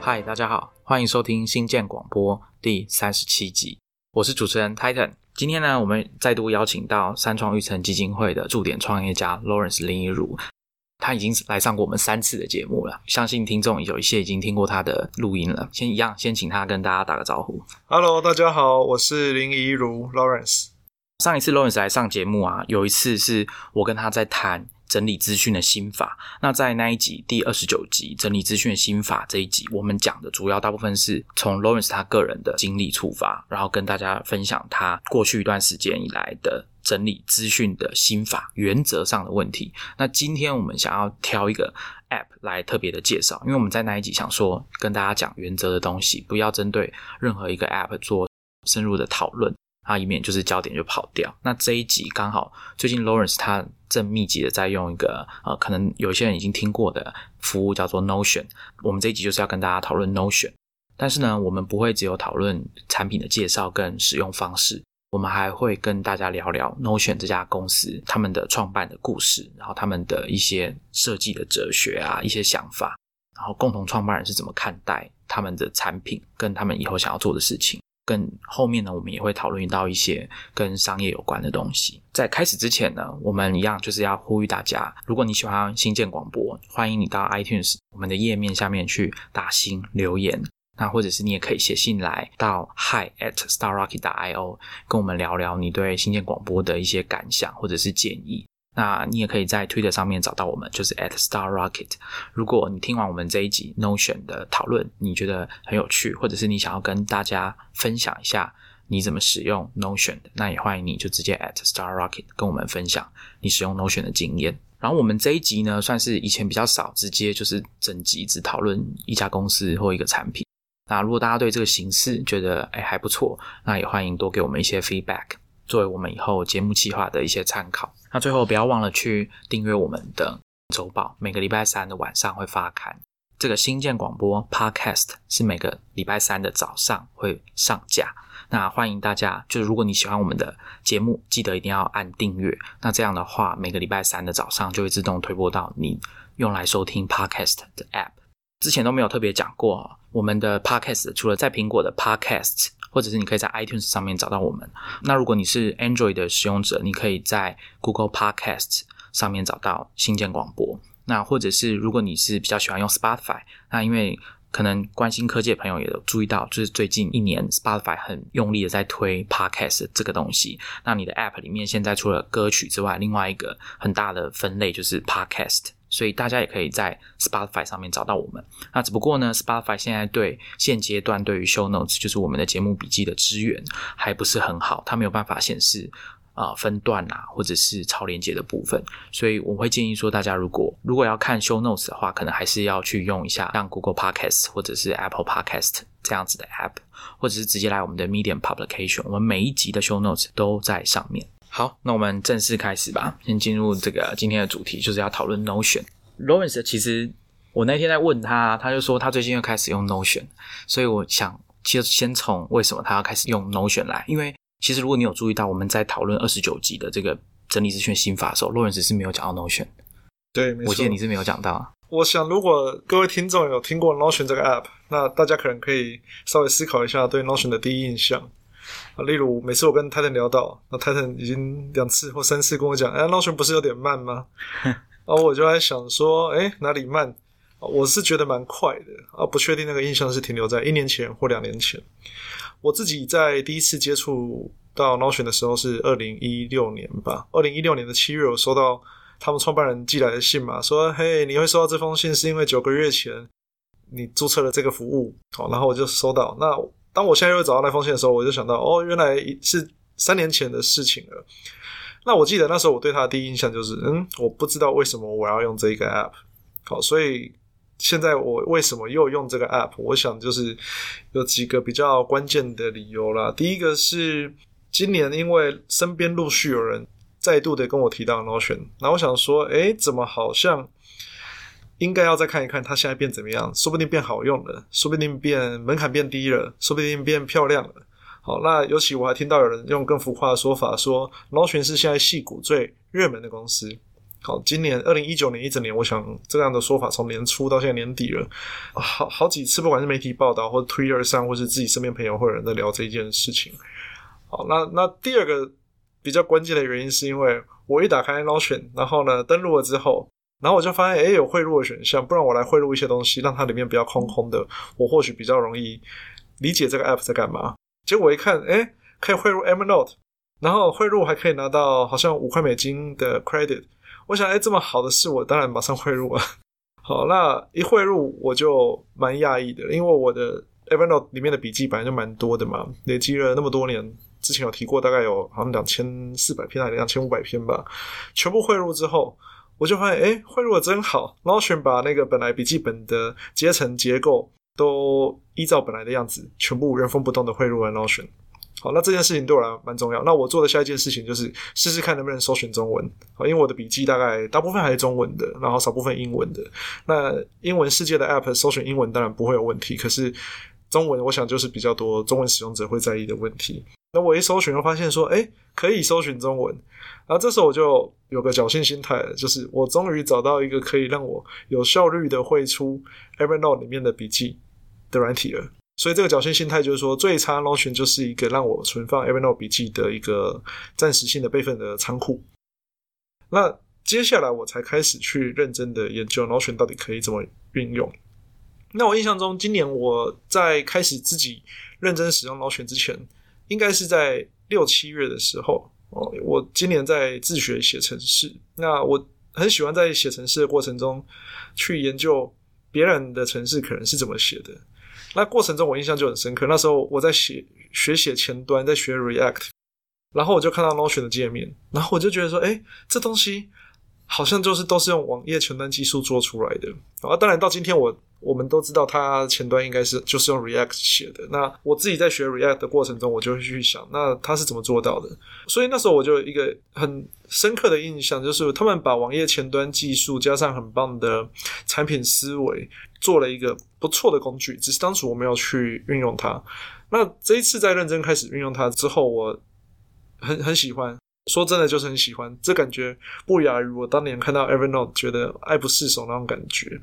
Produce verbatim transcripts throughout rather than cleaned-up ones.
嗨，大家好，欢迎收听新建广播第三十七集，我是主持人 Titan。今天呢，我们再度邀请到三创育成基金会的驻点创业家 Lawrence 林一如，他已经来上过我们三次的节目了，相信听众有一些已经听过他的录音了。先一样，先请他跟大家打个招呼。 Hello， 大家好，我是林一如 Lawrence。 上一次 Lawrence 来上节目啊，有一次是我跟他在谈整理资讯的心法。那在那一集第二十九集整理资讯的心法这一集，我们讲的主要大部分是从 Lawrence 他个人的经历出发，然后跟大家分享他过去一段时间以来的整理资讯的心法原则上的问题。那今天我们想要挑一个 App 来特别的介绍，因为我们在那一集想说跟大家讲原则的东西，不要针对任何一个 App 做深入的讨论，它以免就是焦点就跑掉。那这一集刚好最近 Lawrence 他正密集的在用一个呃，可能有一些人已经听过的服务叫做 Notion。我们这一集就是要跟大家讨论 Notion， 但是呢，我们不会只有讨论产品的介绍跟使用方式，我们还会跟大家聊聊 Notion 这家公司他们的创办的故事，然后他们的一些设计的哲学啊，一些想法，然后共同创办人是怎么看待他们的产品跟他们以后想要做的事情。更后面呢，我们也会讨论到一些跟商业有关的东西。在开始之前呢，我们一样就是要呼吁大家，如果你喜欢新建广播，欢迎你到 iTunes 我们的页面下面去打星留言，那或者是你也可以写信来到 hi at starrocket dot io 跟我们聊聊你对新建广播的一些感想或者是建议。那你也可以在 Twitter 上面找到我们，就是 at starrocket。 如果你听完我们这一集 Notion 的讨论你觉得很有趣，或者是你想要跟大家分享一下你怎么使用 Notion 的，那也欢迎你就直接 at starrocket 跟我们分享你使用 Notion 的经验。然后我们这一集呢，算是以前比较少直接就是整集只讨论一家公司或一个产品。那如果大家对这个形式觉得诶还不错，那也欢迎多给我们一些 feedback，作为我们以后节目企划的一些参考。那最后不要忘了去订阅我们的周报，每个礼拜三的晚上会发刊。这个新建广播 Podcast 是每个礼拜三的早上会上架。那欢迎大家，就是如果你喜欢我们的节目，记得一定要按订阅。那这样的话，每个礼拜三的早上就会自动推播到你用来收听 Podcast 的 App。之前都没有特别讲过，我们的 Podcast 除了在苹果的 Podcast，或者是你可以在 iTunes 上面找到我们。那如果你是 Android 的使用者，你可以在 Google Podcast 上面找到新建广播。那或者是如果你是比较喜欢用 Spotify， 那因为可能关心科技的朋友也有注意到，就是最近一年 Spotify 很用力的在推 Podcast 这个东西。那你的 App 里面现在除了歌曲之外，另外一个很大的分类就是 Podcast，所以大家也可以在 Spotify 上面找到我们。那只不过呢 Spotify 现在对现阶段对于 Show Notes 就是我们的节目笔记的支援还不是很好，它没有办法显示呃分段啊或者是超连结的部分，所以我会建议说大家如果如果要看 Show Notes 的话，可能还是要去用一下像 Google Podcast 或者是 Apple Podcast 这样子的 App， 或者是直接来我们的 Medium Publication， 我们每一集的 Show Notes 都在上面。好，那我们正式开始吧。先进入这个今天的主题，就是要讨论 Notion。 Lawrence 其实我那天在问他，他就说他最近又开始用 Notion， 所以我想其实先从为什么他要开始用 Notion 来。因为其实如果你有注意到我们在讨论二十九集的这个整理资讯心法的时候， Lawrence 是没有讲到 Notion。 对，没错， 我记得你是没有讲到。 我想如果各位听众有听过 Notion 这个 App， 那大家可能可以稍微思考一下对 Notion 的第一印象。例如每次我跟 Titan 聊到，那 Titan 已经两次或三次跟我讲，哎 Notion 不是有点慢吗？然后我就在想说，哎，哪里慢？我是觉得蛮快的啊，不确定那个印象是停留在一年前或两年前。我自己在第一次接触到 Notion 的时候是二零一六年吧，二零一六年的七月我收到他们创办人寄来的信嘛，说嘿，你会收到这封信是因为九个月前你注册了这个服务，好，然后我就收到。那当我现在又找到那封信的时候，我就想到哦，原来是三年前的事情了。那我记得那时候我对他的第一印象就是嗯，我不知道为什么我要用这一个 app。 好，所以现在我为什么又用这个 app， 我想就是有几个比较关键的理由啦。第一个是今年因为身边陆续有人再度的跟我提到 Notion， 然后我想说诶，怎么好像应该要再看一看它现在变怎么样，说不定变好用了，说不定变门槛变低了，说不定变漂亮了。好，那尤其我还听到有人用更浮夸的说法说 Notion 是现在矽谷最热门的公司。 好，今年二零一九年一整年，我想这样的说法从年初到现在年底了，好好几次，不管是媒体报道或者 Twitter 上，或是自己身边朋友会有人在聊这件事情。好，那那第二个比较关键的原因是因为我一打开 Notion， 然后呢登录了之后，然后我就发现诶有汇入的选项，不然我来汇入一些东西，让它里面不要空空的，我或许比较容易理解这个 app 在干嘛。结果我一看，诶可以汇入 Evernote， 然后汇入还可以拿到好像五块美金的 credit。我想诶这么好的事，我当然马上汇入了。好，那一汇入我就蛮讶异的，因为我的 Evernote 里面的笔记本来就蛮多的嘛，累积了那么多年，之前有提过大概有好像两千四百篇还是两千五百篇吧，全部汇入之后我就发现诶汇入的真好， Notion 把那个本来笔记本的阶层结构都依照本来的样子全部原封不动的汇入了 Notion。好，那这件事情对我来蛮重要。那我做的下一件事情就是试试看能不能搜寻中文。好，因为我的笔记大概大部分还是中文的，然后少部分英文的。那英文世界的 App 搜寻英文当然不会有问题，可是中文我想就是比较多中文使用者会在意的问题。那我一搜寻，我发现说，诶，可以搜寻中文。然后这时候我就有个侥幸心态了，就是我终于找到一个可以让我有效率的汇出 Evernote 里面的笔记的软体了。所以这个侥幸心态就是说，最差 Notion 就是一个让我存放 Evernote 笔记的一个暂时性的备份的仓库。那接下来我才开始去认真的研究 Notion 到底可以怎么运用。那我印象中今年我在开始自己认真使用 Notion 之前，应该是在六七月的时候，我今年在自学写程式。那我很喜欢在写程式的过程中去研究别人的程式可能是怎么写的。那过程中我印象就很深刻，那时候我在写学写前端，在学 React， 然后我就看到 Notion 的界面，然后我就觉得说，诶，这东西好像就是都是用网页前端技术做出来的。啊，当然到今天我我们都知道它前端应该是就是用 React 写的。那我自己在学 React 的过程中，我就会去想，那它是怎么做到的？所以那时候我就有一个很深刻的印象，就是他们把网页前端技术加上很棒的产品思维，做了一个不错的工具，只是当初我没有去运用它。那这一次在认真开始运用它之后，我很很喜欢。说真的就是很喜欢，这感觉不亚于我当年看到 Evernote 觉得爱不释手那种感觉。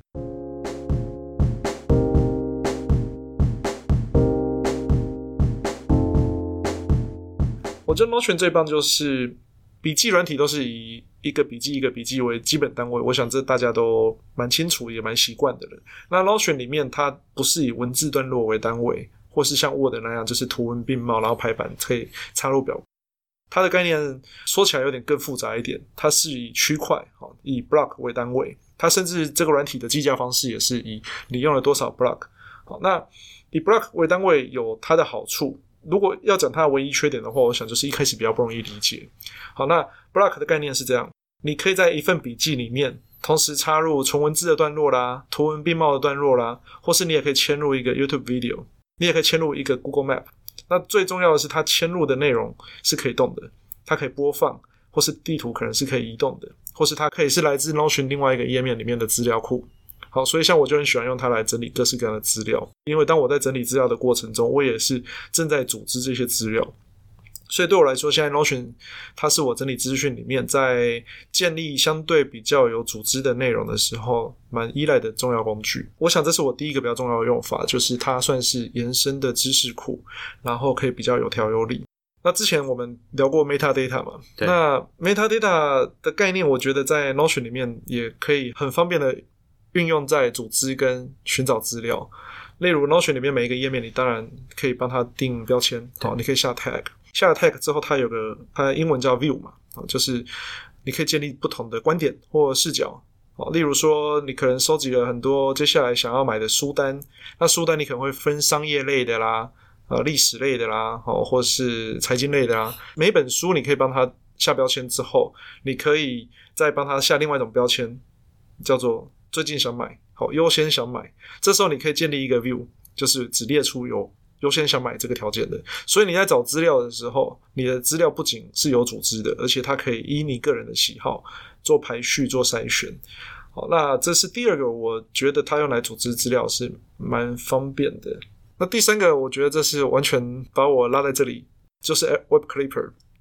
我觉得 Notion 最棒就是笔记软体都是以一个笔记一个笔记为基本单位，我想这大家都蛮清楚也蛮习惯的了。那 Notion 里面它不是以文字段落为单位，或是像 Word 那样就是图文并茂，然后排版可以插入表格。它的概念说起来有点更复杂一点，它是以区块以 block 为单位，它甚至这个软体的计价方式也是以你用了多少 block。 好，那以 block 为单位有它的好处，如果要讲它的唯一缺点的话，我想就是一开始比较不容易理解。好，那 block 的概念是这样，你可以在一份笔记里面同时插入纯文字的段落啦，图文并茂的段落啦，或是你也可以嵌入一个 YouTube video， 你也可以嵌入一个 Google Map。那最重要的是它嵌入的内容是可以动的，它可以播放，或是地图可能是可以移动的，或是它可以是来自 Notion 另外一个页面里面的资料库。好，所以像我就很喜欢用它来整理各式各样的资料，因为当我在整理资料的过程中，我也是正在组织这些资料。所以对我来说，现在 Notion 它是我整理资讯里面在建立相对比较有组织的内容的时候蛮依赖的重要工具。我想这是我第一个比较重要的用法，就是它算是延伸的知识库，然后可以比较有条有理。那之前我们聊过 metadata 嘛，那 metadata 的概念我觉得在 Notion 里面也可以很方便的运用在组织跟寻找资料。例如 Notion 里面每一个页面你当然可以帮它定标签，好，你可以下 tag， 下了 tag 之后它有个它的英文叫 view 嘛，就是你可以建立不同的观点或视角。例如说你可能收集了很多接下来想要买的书单，那书单你可能会分商业类的啦，呃，历史类的啦，或是财经类的啦，每一本书你可以帮它下标签之后，你可以再帮它下另外一种标签，叫做最近想买，好，优先想买。这时候你可以建立一个 view， 就是只列出有优先想买这个条件的。所以你在找资料的时候，你的资料不仅是有组织的，而且它可以依你个人的喜好做排序做筛选。好，那这是第二个我觉得它用来组织资料是蛮方便的。那第三个我觉得这是完全把我拉在这里，就是 Web Clipper。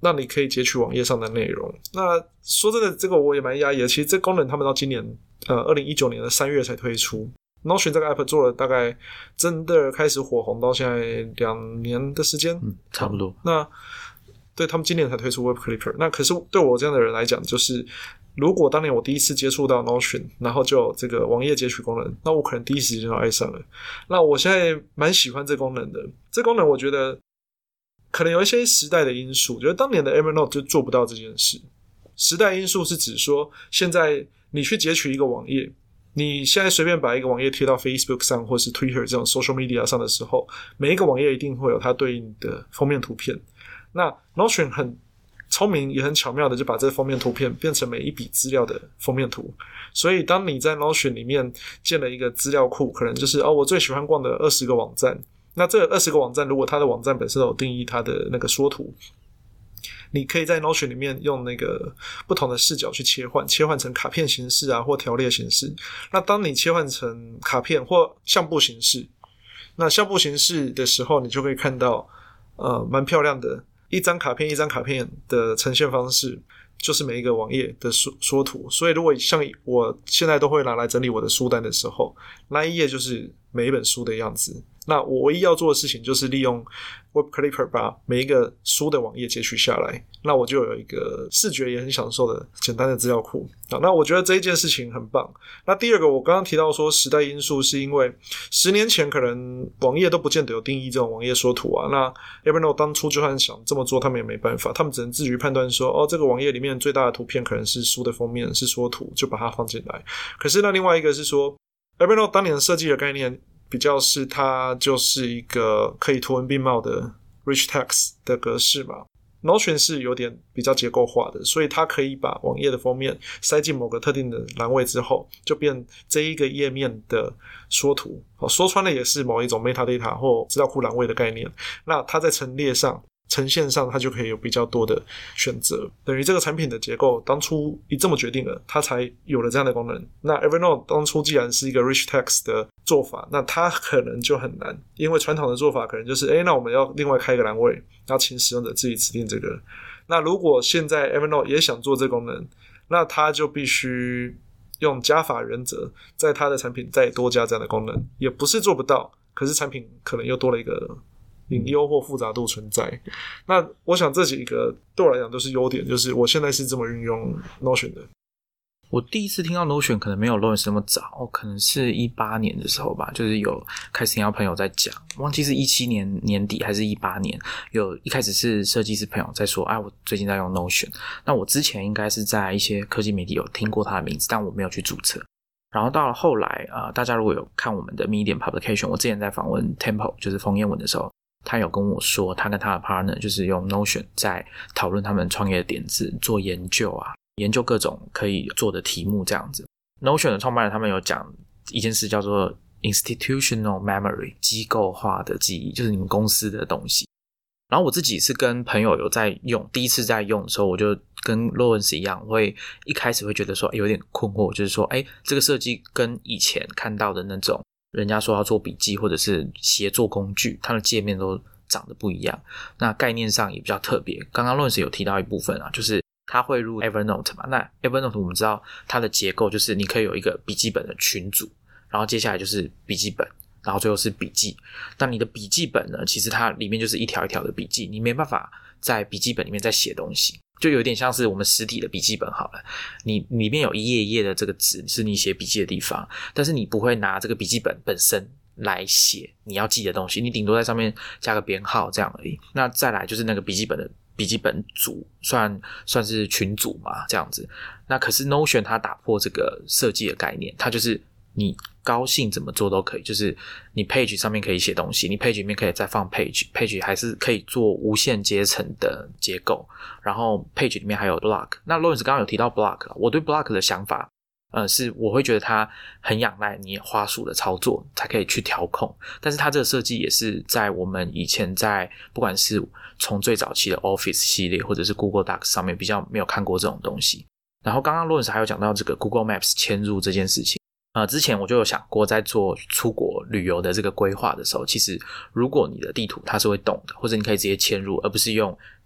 让你可以截取网页上的内容。那说真的，这个我也蛮压抑的。其实这功能他们到今年呃二零一九年的三月才推出。Notion 这个 app 做了大概真的开始火红到现在两年的时间， 嗯，差不多。 那对他们今年才推出 Web Clipper。那可是对我这样的人来讲，就是如果当年我第一次接触到 Notion， 然后就有这个网页截取功能，那我可能第一时间就爱上了。那我现在蛮喜欢这功能的。这功能我觉得可能有一些时代的因素，觉得当年的 Evernote 就做不到这件事。时代因素是指说，现在你去截取一个网页，你现在随便把一个网页贴到 Facebook 上或是 Twitter 这种 social media 上的时候，每一个网页一定会有它对应的封面图片。那 Notion 很聪明也很巧妙的就把这封面图片变成每一笔资料的封面图。所以当你在 Notion 里面建了一个资料库，可能就是哦我最喜欢逛的二十个网站，那这二十个网站如果它的网站本身有定义它的那个缩图，你可以在 Notion 里面用那个不同的视角去切换，切换成卡片形式啊或条列形式。那当你切换成卡片或相簿形式，那相簿形式的时候，你就可以看到呃蛮漂亮的一张卡片一张卡片的呈现方式，就是每一个网页的缩缩图。所以如果像我现在都会拿来整理我的书单的时候，那一页就是每一本书的样子。那我唯一要做的事情就是利用 Web Clipper 把每一个书的网页截取下来，那我就有一个视觉也很享受的简单的资料库。好，那我觉得这一件事情很棒。那第二个我刚刚提到说时代因素，是因为十年前可能网页都不见得有定义这种网页缩图啊，那 Evernote 当初就算想这么做他们也没办法，他们只能自己判断说哦这个网页里面最大的图片可能是书的封面是缩图，就把它放进来。可是那另外一个是说 Evernote 当年设计的概念比较是它就是一个可以图文并茂的 rich text 的格式嘛。Notion 是有点比较结构化的，所以它可以把网页的封面塞进某个特定的栏位之后，就变这一个页面的缩图。说穿了也是某一种 metadata 或资料库栏位的概念。那它在陈列上呈现上它就可以有比较多的选择，等于这个产品的结构当初一这么决定了，它才有了这样的功能。那 Evernote 当初既然是一个 rich text 的做法，那它可能就很难，因为传统的做法可能就是诶那我们要另外开一个栏位，然后请使用者自己指定这个。那如果现在 Evernote 也想做这个功能，那它就必须用加法原则在它的产品再多加这样的功能，也不是做不到，可是产品可能又多了一个隐忧或复杂度存在。那我想这几个对我来讲都是优点，就是我现在是这么运用 Notion 的。 我第一次听到 Notion 可能没有 Lawrence 那么早，可能是一八年的时候吧，就是有开始听到朋友在讲，忘记是一七年年底还是一八年，有一开始是设计师朋友在说哎，我最近在用 Notion。 那我之前应该是在一些科技媒体有听过他的名字，但我没有去注册。然后到了后来呃，大家如果有看我们的 Medium Publication， 我之前在访问 Tempo 就是冯彦文的时候，他有跟我说他跟他的 partner 就是用 Notion 在讨论他们创业的点子，做研究啊，研究各种可以做的题目这样子。 Notion 的创办人他们有讲一件事叫做 institutional memory， 机构化的记忆，就是你们公司的东西。然后我自己是跟朋友有在用，第一次在用的时候我就跟 Lawrence 一样，会一开始会觉得说有点困惑，就是说诶这个设计跟以前看到的那种人家说要做笔记或者是协作工具，它的界面都长得不一样，那概念上也比较特别。刚刚 Lawrence 有提到一部分啊，就是它会入 Evernote 嘛，那 Evernote 我们知道它的结构就是你可以有一个笔记本的群组，然后接下来就是笔记本，然后最后是笔记。那你的笔记本呢，其实它里面就是一条一条的笔记，你没办法在笔记本里面再写东西，就有点像是我们实体的笔记本好了，你里面有一页一页的这个纸是你写笔记的地方，但是你不会拿这个笔记本本身来写你要记的东西，你顶多在上面加个编号这样而已。那再来就是那个笔记本的笔记本组，算算是群组嘛这样子。那可是 Notion 它打破这个设计的概念，它就是你高兴怎么做都可以，就是你 page 上面可以写东西，你 page 里面可以再放 page， page 还是可以做无限阶层的结构，然后 page 里面还有 block。 那 Lawrence 刚刚有提到 block， 我对 block 的想法呃，是我会觉得它很仰赖你滑鼠的操作才可以去调控，但是它这个设计也是在我们以前在不管是从最早期的 Office 系列或者是 Google Docs 上面比较没有看过这种东西。然后刚刚 Lawrence 还有讲到这个 Google Maps 嵌入这件事情，呃，之前我就有想过在做出国旅游的这个规划的时候，其实如果你的地图它是会动的，或者你可以直接嵌入而不是用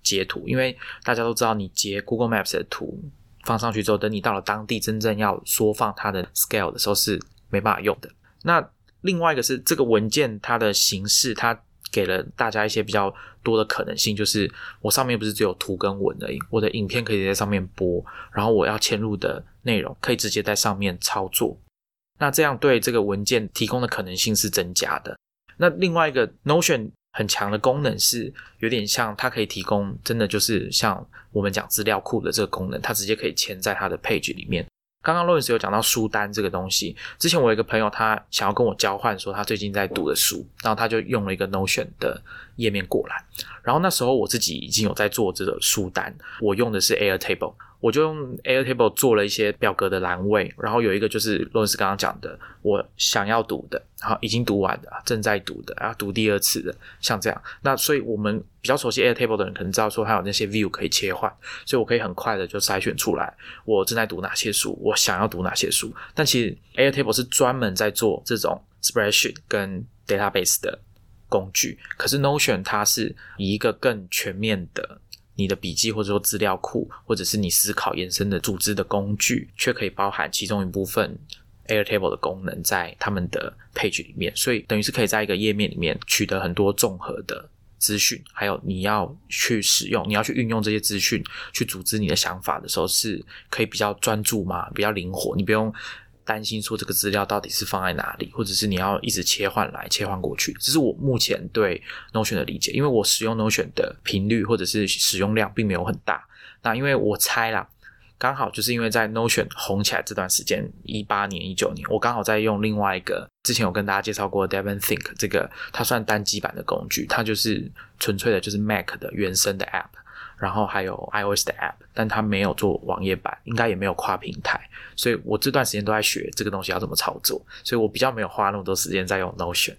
截图，因为大家都知道你截 Google Maps 的图放上去之后，等你到了当地真正要缩放它的 scale 的时候是没办法用的。那另外一个是这个文件它的形式，它给了大家一些比较多的可能性，就是我上面不是只有图跟文而已，我的影片可以在上面播，然后我要嵌入的内容可以直接在上面操作，那这样对这个文件提供的可能性是增加的。那另外一个 Notion 很强的功能是有点像它可以提供真的就是像我们讲资料库的这个功能，它直接可以嵌在它的 page 里面。刚刚 Lawrence 有讲到书单这个东西，之前我有一个朋友他想要跟我交换说他最近在读的书，然后他就用了一个 Notion 的页面过来，然后那时候我自己已经有在做这个书单，我用的是 Airtable， 我就用 Airtable 做了一些表格的栏位，然后有一个就是 Lawrence 刚刚讲的我想要读的，然后已经读完的，正在读的，要读第二次的，像这样。那所以我们比较熟悉 Airtable 的人可能知道说它有那些 view 可以切换，所以我可以很快的就筛选出来我正在读哪些书，我想要读哪些书。但其实 Airtable 是专门在做这种 spreadsheet 跟 database 的工具，可是 Notion 它是以一个更全面的你的笔记或者说资料库，或者是你思考延伸的组织的工具，却可以包含其中一部分 Airtable 的功能在他们的 page 里面，所以等于是可以在一个页面里面取得很多综合的资讯，还有你要去使用，你要去运用这些资讯去组织你的想法的时候是可以比较专注嘛，比较灵活，你不用担心说这个资料到底是放在哪里，或者是你要一直切换来切换过去。这是我目前对 Notion 的理解，因为我使用 Notion 的频率或者是使用量并没有很大。那因为我猜啦，刚好就是因为在 Notion 红起来这段时间一八年一九年，我刚好在用另外一个之前有跟大家介绍过的 Devon Think， 这个它算单机版的工具，它就是纯粹的就是 Mac 的原生的 App， 然后还有 iOS 的 App， 但它没有做网页版，应该也没有跨平台，所以我这段时间都在学这个东西要怎么操作，所以我比较没有花那么多时间在用 Notion。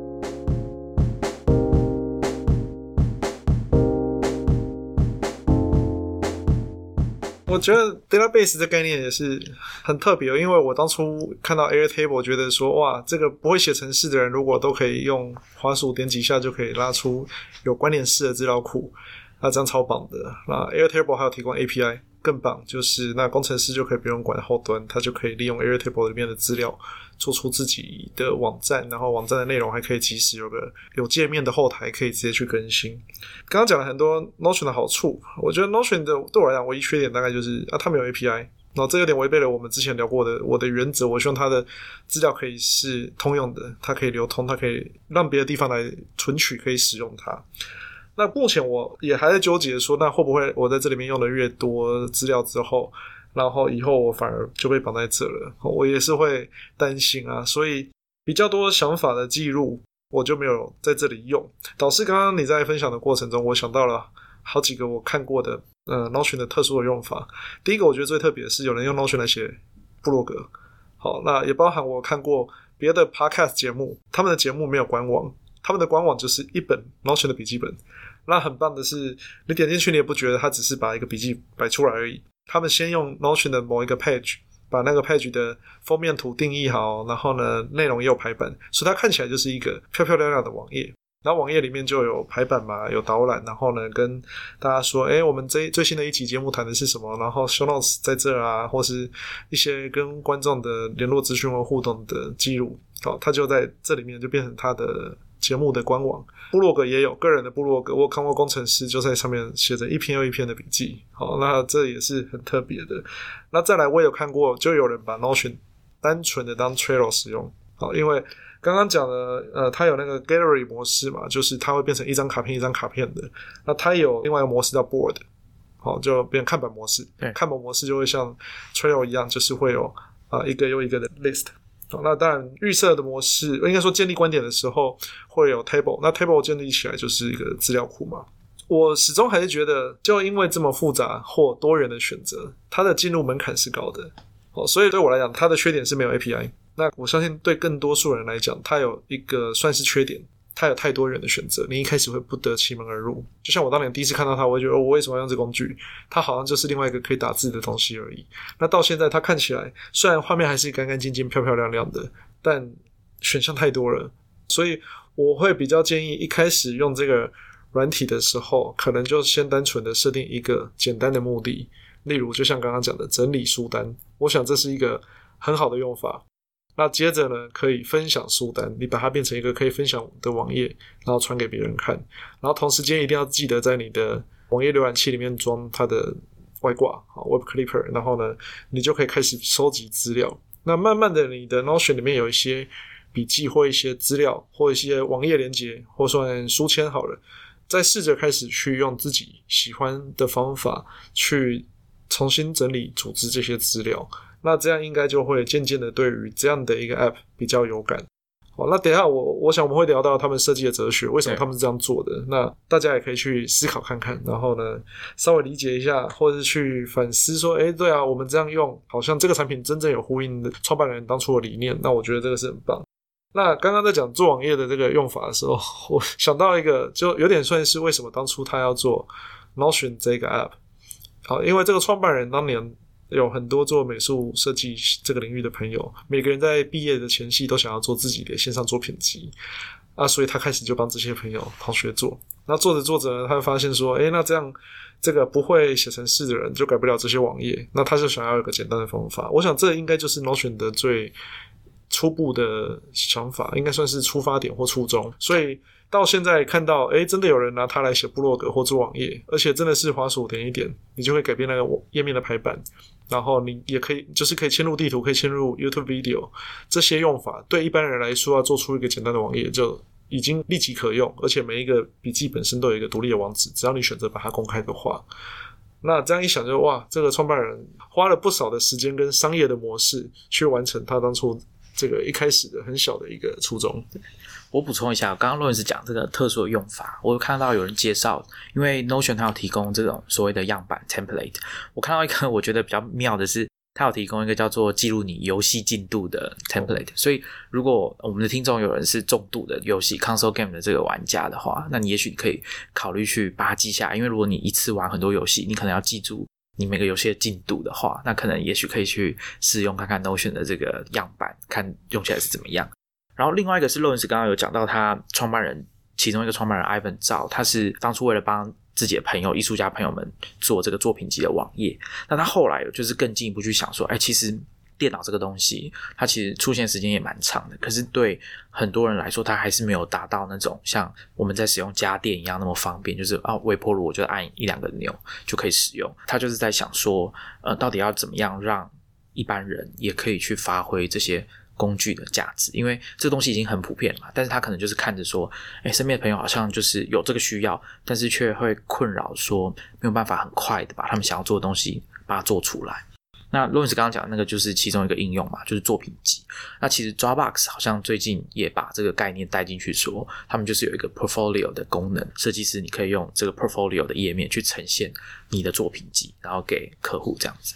我觉得 database 这概念也是很特别，因为我当初看到 Airtable 觉得说哇，这个不会写程式的人如果都可以用滑鼠点几下就可以拉出有关联式的资料库，那这样超棒的。那 Airtable 还有提供 A P I， 更棒，就是那工程师就可以不用管后端，他就可以利用 Airtable 里面的资料做出自己的网站，然后网站的内容还可以及时有个有界面的后台可以直接去更新。刚刚讲了很多 Notion 的好处，我觉得 Notion 的对我来讲唯一缺点大概就是啊，它没有 A P I， 然后这有点违背了我们之前聊过的我的原则，我希望它的资料可以是通用的，它可以流通，它可以让别的地方来存取可以使用它。那目前我也还在纠结说，那会不会我在这里面用的越多资料之后，然后以后我反而就被绑在这了，我也是会担心啊，所以比较多想法的记录我就没有在这里用。导师刚刚你在分享的过程中，我想到了好几个我看过的呃 Notion 的特殊的用法。第一个我觉得最特别的是有人用 Notion 来写部落格，好，那也包含我看过别的 podcast 节目，他们的节目没有官网，他们的官网就是一本 Notion 的笔记本。那很棒的是你点进去你也不觉得他只是把一个笔记摆出来而已，他们先用 Notion 的某一个 page 把那个 page 的封面图定义好，然后呢内容也有排版，所以它看起来就是一个漂漂亮亮的网页。然后网页里面就有排版嘛，有导览，然后呢跟大家说诶我们这最新的一集节目谈的是什么，然后 show notes 在这啊，或是一些跟观众的联络资讯或互动的记录，好，它就在这里面就变成它的节目的官网。部落格也有个人的部落格，我有看过工程师就在上面写着一篇又一篇的笔记，好，那这也是很特别的。那再来我也有看过就有人把 Notion 单纯的当 Trello 使用，好，因为刚刚讲的呃，它有那个 Gallery 模式嘛，就是它会变成一张卡片一张卡片的。那它有另外一个模式叫 Board， 好，就变成看板模式。看板模式就会像 Trello 一样，就是会有啊、呃、一个又一个的 list。好，那当然预设的模式应该说建立观点的时候会有 table， 那 table 建立起来就是一个资料库嘛。我始终还是觉得就因为这么复杂或多元的选择，它的进入门槛是高的，好，所以对我来讲它的缺点是没有 A P I。 那我相信对更多数人来讲它有一个算是缺点，它有太多人的选择，你一开始会不得其门而入。就像我当年第一次看到它，我会觉得、哦、我为什么要用这工具，它好像就是另外一个可以打字的东西而已。那到现在它看起来虽然画面还是干干净净漂漂亮亮的，但选项太多了，所以我会比较建议一开始用这个软体的时候，可能就先单纯的设定一个简单的目的，例如就像刚刚讲的整理书单，我想这是一个很好的用法。那接着呢，可以分享书单，你把它变成一个可以分享的网页，然后传给别人看，然后同时间一定要记得在你的网页浏览器里面装它的外挂 Web Clipper， 然后呢你就可以开始收集资料。那慢慢的你的 Notion 里面有一些笔记或一些资料或一些网页连结或算书签好了，再试着开始去用自己喜欢的方法去重新整理组织这些资料，那这样应该就会渐渐的对于这样的一个 App 比较有感。好，那等一下我我想我们会聊到他们设计的哲学，为什么他们是这样做的，那大家也可以去思考看看，然后呢稍微理解一下，或者是去反思说诶对啊，我们这样用好像这个产品真正有呼应的创办人当初的理念，那我觉得这个是很棒。那刚刚在讲做网页的这个用法的时候，我想到一个就有点算是为什么当初他要做 Notion 这个 App。 好，因为这个创办人当年有很多做美术设计这个领域的朋友，每个人在毕业的前夕都想要做自己的线上作品集啊，所以他开始就帮这些朋友同学做。那做着做着呢，他就发现说诶那这样这个不会写程式的人就改不了这些网页，那他就想要有个简单的方法。我想这应该就是 Notion 的最初步的想法，应该算是出发点或初衷。所以到现在看到诶真的有人拿它来写部落格或做网页，而且真的是滑鼠点一点你就会改变那个页面的排版，然后你也可以就是可以嵌入地图，可以嵌入 YouTube video， 这些用法对一般人来说要做出一个简单的网页就已经立即可用，而且每一个笔记本身都有一个独立的网址，只要你选择把它公开的话，那这样一想就哇，这个创办人花了不少的时间跟商业的模式去完成他当初这个一开始的很小的一个初衷。 我补充一下，刚刚Lawrence讲这个特殊的用法，我有看到有人介绍，因为 Notion 它有提供这种所谓的样板 template， 我看到一个我觉得比较妙的是，它有提供一个叫做记录你游戏进度的 template， 所以如果我们的听众有人是重度的游戏 console game 的这个玩家的话，那你也许可以考虑去把它记下来，因为如果你一次玩很多游戏，你可能要记住你每个游戏的进度的话，那可能也许可以去试用看看 Notion 的这个样板，看用起来是怎么样。然后另外一个是 Lawrence 刚刚有讲到他创办人其中一个创办人 Ivan Zhao， 他是当初为了帮自己的朋友艺术家朋友们做这个作品集的网页，那他后来就是更进一步去想说，哎，其实电脑这个东西它其实出现时间也蛮长的，可是对很多人来说它还是没有达到那种像我们在使用家电一样那么方便，就是啊微波炉我就按一两个钮就可以使用。他就是在想说呃，到底要怎么样让一般人也可以去发挥这些工具的价值，因为这个东西已经很普遍了嘛，但是他可能就是看着说诶身边的朋友好像就是有这个需要，但是却会困扰说没有办法很快的把他们想要做的东西把它做出来。那 Lawrence 刚刚讲的那个就是其中一个应用嘛，就是作品集。那其实 Dropbox 好像最近也把这个概念带进去，说他们就是有一个 portfolio 的功能，设计师你可以用这个 portfolio 的页面去呈现你的作品集，然后给客户这样子。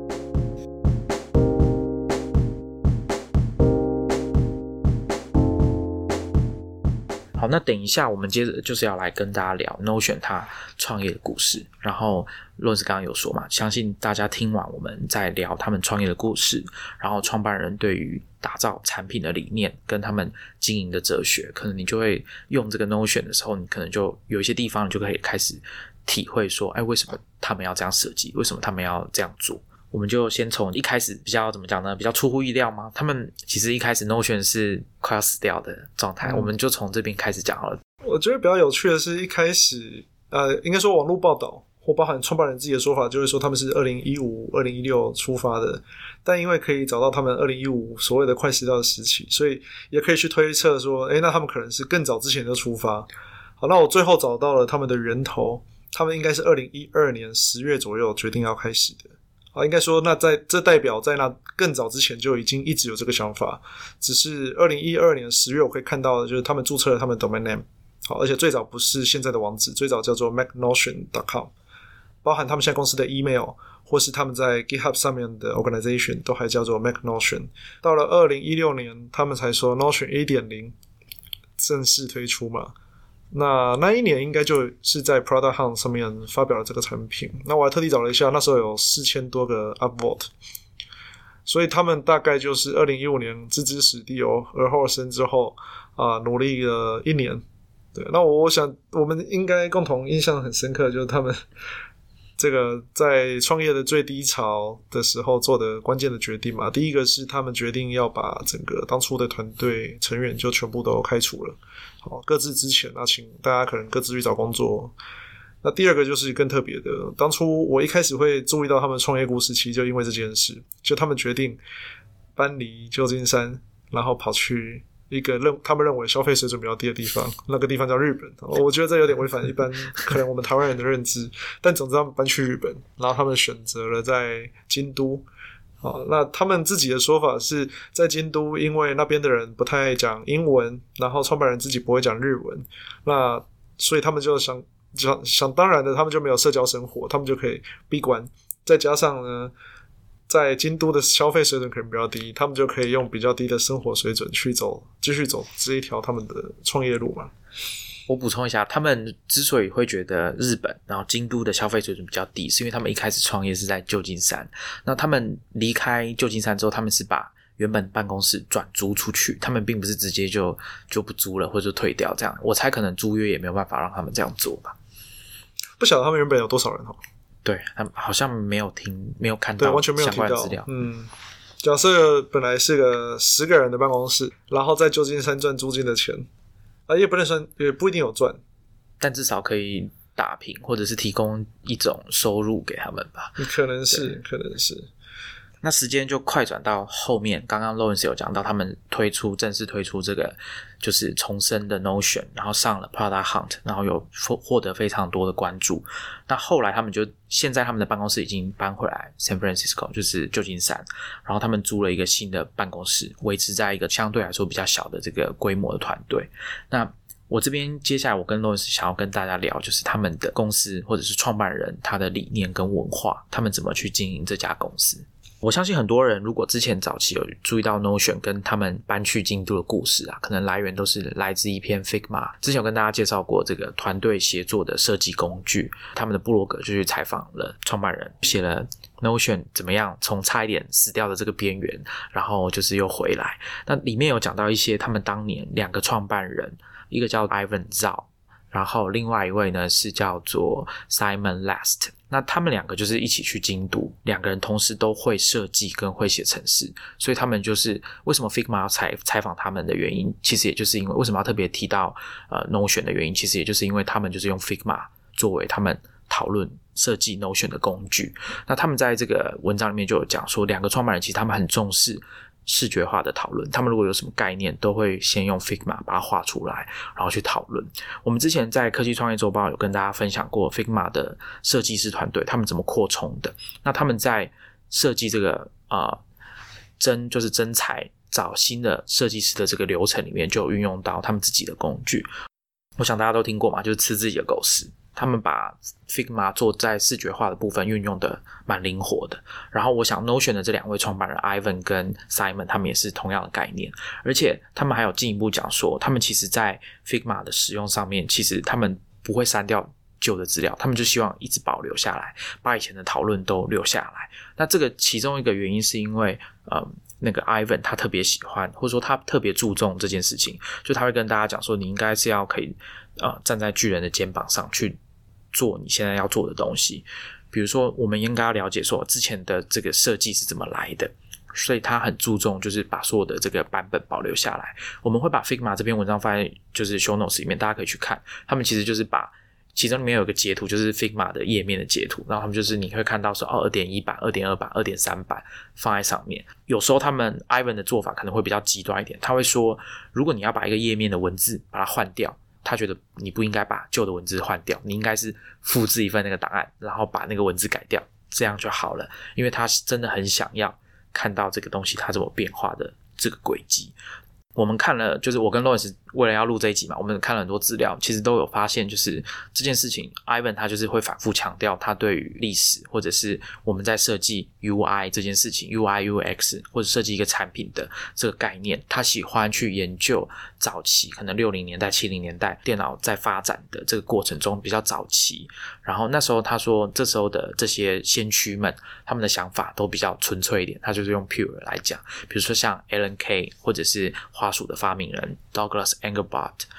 好，那等一下我们接着就是要来跟大家聊 Notion 他创业的故事。然后 Lawrence 刚刚有说嘛，相信大家听完我们在聊他们创业的故事，然后创办人对于打造产品的理念跟他们经营的哲学，可能你就会用这个 Notion 的时候，你可能就有一些地方你就可以开始体会说，哎，为什么他们要这样设计，为什么他们要这样做。我们就先从一开始比较怎么讲呢？比较出乎意料吗？他们其实一开始 Notion 是快要死掉的状态，嗯、我们就从这边开始讲好了。 我觉得比较有趣的是，一开始呃，应该说网络报道或包含创办人自己的说法，就是说他们是二零一五、二零一六出发的，但因为可以找到他们二零一五所谓的快死掉的时期，所以也可以去推测说，诶，那他们可能是更早之前就出发。好，那我最后找到了他们的源头，他们应该是二零一二年十月左右决定要开始的。好，应该说那在这代表在那更早之前就已经一直有这个想法，只是二零一二年十月我可以看到的就是他们注册了他们的 domain name。好，而且最早不是现在的网址，最早叫做 make notion dot com， 包含他们现在公司的 email 或是他们在 GitHub 上面的 organization 都还叫做 make notion。 到了二零一六年他们才说 Notion 一点零 正式推出嘛，那那一年应该就是在 Product Hunt 上面发表了这个产品。那我还特地找了一下，那时候有四千多个 upvote， 所以他们大概就是二零一五年置之死地哦，而后生之后啊、呃，努力了一年， 对，那我我想我们应该共同印象很深刻，就是他们这个在创业的最低潮的时候做的关键的决定嘛。第一个是他们决定要把整个当初的团队成员就全部都开除了，好，各自之前那请大家可能各自去找工作。那第二个就是更特别的，当初我一开始会注意到他们创业故事，其实就因为这件事，就他们决定搬离旧金山，然后跑去一个认他们认为消费水准比较低的地方，那个地方叫日本。我觉得这有点违反一般可能我们台湾人的认知，但总之他们搬去日本，然后他们选择了在京都。好，那他们自己的说法是在京都，因为那边的人不太讲英文，然后创办人自己不会讲日文，那所以他们就想想想当然的，他们就没有社交生活，他们就可以闭关。再加上呢，在京都的消费水准可能比较低，他们就可以用比较低的生活水准去走，继续走这一条他们的创业路嘛。 我补充一下，他们之所以会觉得日本然后京都的消费水准比较低，是因为他们一开始创业是在旧金山，那他们离开旧金山之后，他们是把原本办公室转租出去，他们并不是直接就就不租了或者就退掉这样，我猜可能租约也没有办法让他们这样做吧。 不晓得他们原本有多少人哦？ 对，他们好像没有听没有看到对，完全没有相关听到的资料。 嗯，假设本来是个十个人的办公室，然后在旧金山赚租金的钱，啊，也不能算，也不一定有赚， 但至少可以打平，或者是提供一种收入给他们吧。 可能是，可能是。 那时间就快转到后面，刚刚 Lawrence 有讲到他们推出正式推出这个就是重生的 Notion， 然后上了 Product Hunt， 然后有获得非常多的关注。那后来他们就现在他们的办公室已经搬回来 San Francisco， 就是旧金山，然后他们租了一个新的办公室，维持在一个相对来说比较小的这个规模的团队。那我这边接下来我跟 Lawrence 想要跟大家聊，就是他们的公司或者是创办人他的理念跟文化，他们怎么去经营这家公司。我相信很多人如果之前早期有注意到 Notion 跟他们搬去京都的故事啊，可能来源都是来自一篇 Figma， 之前有跟大家介绍过这个团队协作的设计工具，他们的部落格就去采访了创办人，写了 Notion 怎么样从差一点死掉的这个边缘，然后就是又回来。那里面有讲到一些他们当年两个创办人，一个叫 Ivan Zhao， 然后另外一位呢是叫做 Simon Last，那他们两个就是一起去京都，两个人同时都会设计跟会写程式，所以他们就是为什么 Figma 要采采访他们的原因，其实也就是因为为什么要特别提到呃 Notion 的原因，其实也就是因为他们就是用 Figma 作为他们讨论设计 Notion 的工具。那他们在这个文章里面就有讲说，两个创办人其实他们很重视视觉化的讨论，他们如果有什么概念都会先用 Figma 把它画出来，然后去讨论。我们之前在科技创业周报有跟大家分享过 Figma 的设计师团队他们怎么扩充的，那他们在设计这个呃真就是真才找新的设计师的这个流程里面就有运用到他们自己的工具。我想大家都听过嘛，就是吃自己的狗食，他们把 Figma 做在视觉化的部分运用的蛮灵活的。然后我想 Notion 的这两位创办人 Ivan 跟 Simon 他们也是同样的概念，而且他们还有进一步讲说，他们其实在 Figma 的使用上面，其实他们不会删掉旧的资料，他们就希望一直保留下来，把以前的讨论都留下来。那这个其中一个原因是因为呃那个 Ivan 他特别喜欢，或者说他特别注重这件事情，就他会跟大家讲说，你应该是要可以呃站在巨人的肩膀上去做你现在要做的东西。比如说我们应该要了解说之前的这个设计是怎么来的，所以他很注重就是把所有的这个版本保留下来。我们会把 Figma 这篇文章放在就是 show notes 里面，大家可以去看，他们其实就是把其中里面有一个截图，就是 Figma 的页面的截图，然后他们就是你会看到说哦 二点一 版 二点二 版 二点三 版放在上面。有时候他们 Ivan 的做法可能会比较极端一点，他会说如果你要把一个页面的文字把它换掉，他觉得你不应该把旧的文字换掉，你应该是复制一份那个档案，然后把那个文字改掉，这样就好了。因为他真的很想要看到这个东西它怎么变化的这个轨迹。我们看了，就是我跟 Lawrence 为了要录这一集嘛，我们看了很多资料，其实都有发现就是这件事情 Ivan 他就是会反复强调他对于历史或者是我们在设计 U I 这件事情 U I U X 或者设计一个产品的这个概念，他喜欢去研究早期可能六零年代七零年代电脑在发展的这个过程中比较早期，然后那时候他说这时候的这些先驱们他们的想法都比较纯粹一点，他就是用 pure 来讲，比如说像 Alan Kay 或者是花鼠的发明人 Douglas Engelbart，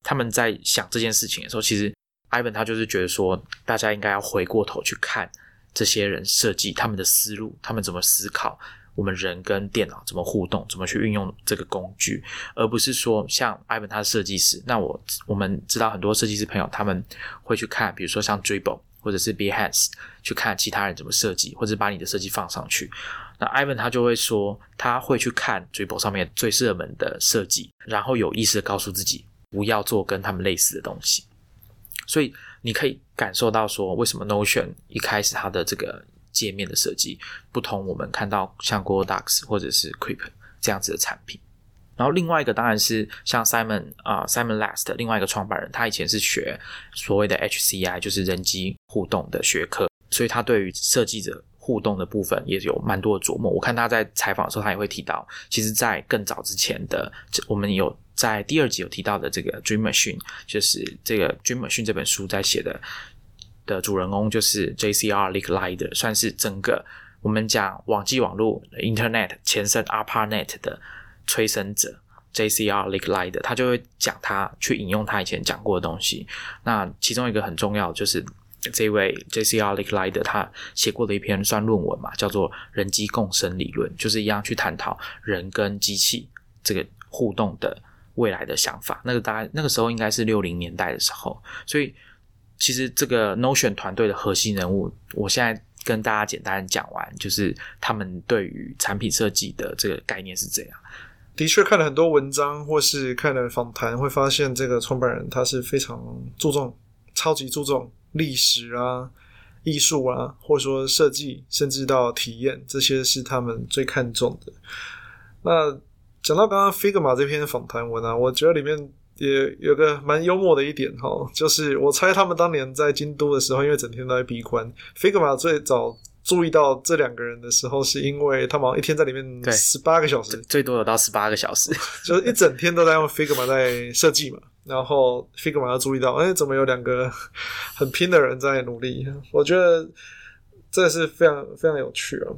他们在想这件事情的时候，其实 Ivan 他就是觉得说，大家应该要回过头去看这些人设计他们的思路，他们怎么思考我们人跟电脑怎么互动，怎么去运用这个工具，而不是说像 Ivan 他是设计师，那我我们知道很多设计师朋友他们会去看，比如说像 Dribbble 或者是 Behance 去看其他人怎么设计，或者把你的设计放上去。那 Ivan 他就会说，他会去看 Dribbble 上面最热门的设计，然后有意识的告诉自己不要做跟他们类似的东西。所以你可以感受到说，为什么 Notion 一开始它的这个界面的设计不同我们看到像 Google Docs 或者是 Keep 这样子的产品。然后另外一个当然是像 Simon、呃、Simon Last 另外一个创办人，他以前是学所谓的 H C I 就是人机互动的学科，所以他对于设计者互动的部分也有蛮多的琢磨。我看他在采访的时候他也会提到，其实在更早之前的我们有在第二集有提到的这个 Dream Machine， 就是这个 Dream Machine 这本书在写的的主人公就是 J C R Licklider， 算是整个我们讲网际网络 Internet 前身 ARPANET 的催生者 J C R Licklider， 他就会讲他去引用他以前讲过的东西。那其中一个很重要就是这位 J C R Licklider 他写过的一篇算论文嘛，叫做人机共生理论，就是一样去探讨人跟机器这个互动的未来的想法。那个大概那个时候应该是六零年代的时候，所以其实这个 Notion 团队的核心人物，我现在跟大家简单讲完，就是他们对于产品设计的这个概念是这样。 的确看了很多文章或是看了访谈，会发现这个创办人他是非常注重超级注重历史啊、艺术啊，或者说设计，甚至到体验，这些是他们最看重的。那讲到刚刚 Figma 这篇访谈文啊，我觉得里面也有个蛮幽默的一点齁，就是我猜他们当年在京都的时候，因为整天都在闭关， Figma 最早注意到这两个人的时候，是因为他们好像一天在里面十八个小时， 最多有到十八个小时， 就是一整天都在用 Figma 在设计嘛。然后 Figma 要注意到，哎，怎么有两个很拼的人在努力？我觉得这是非常非常有趣啊。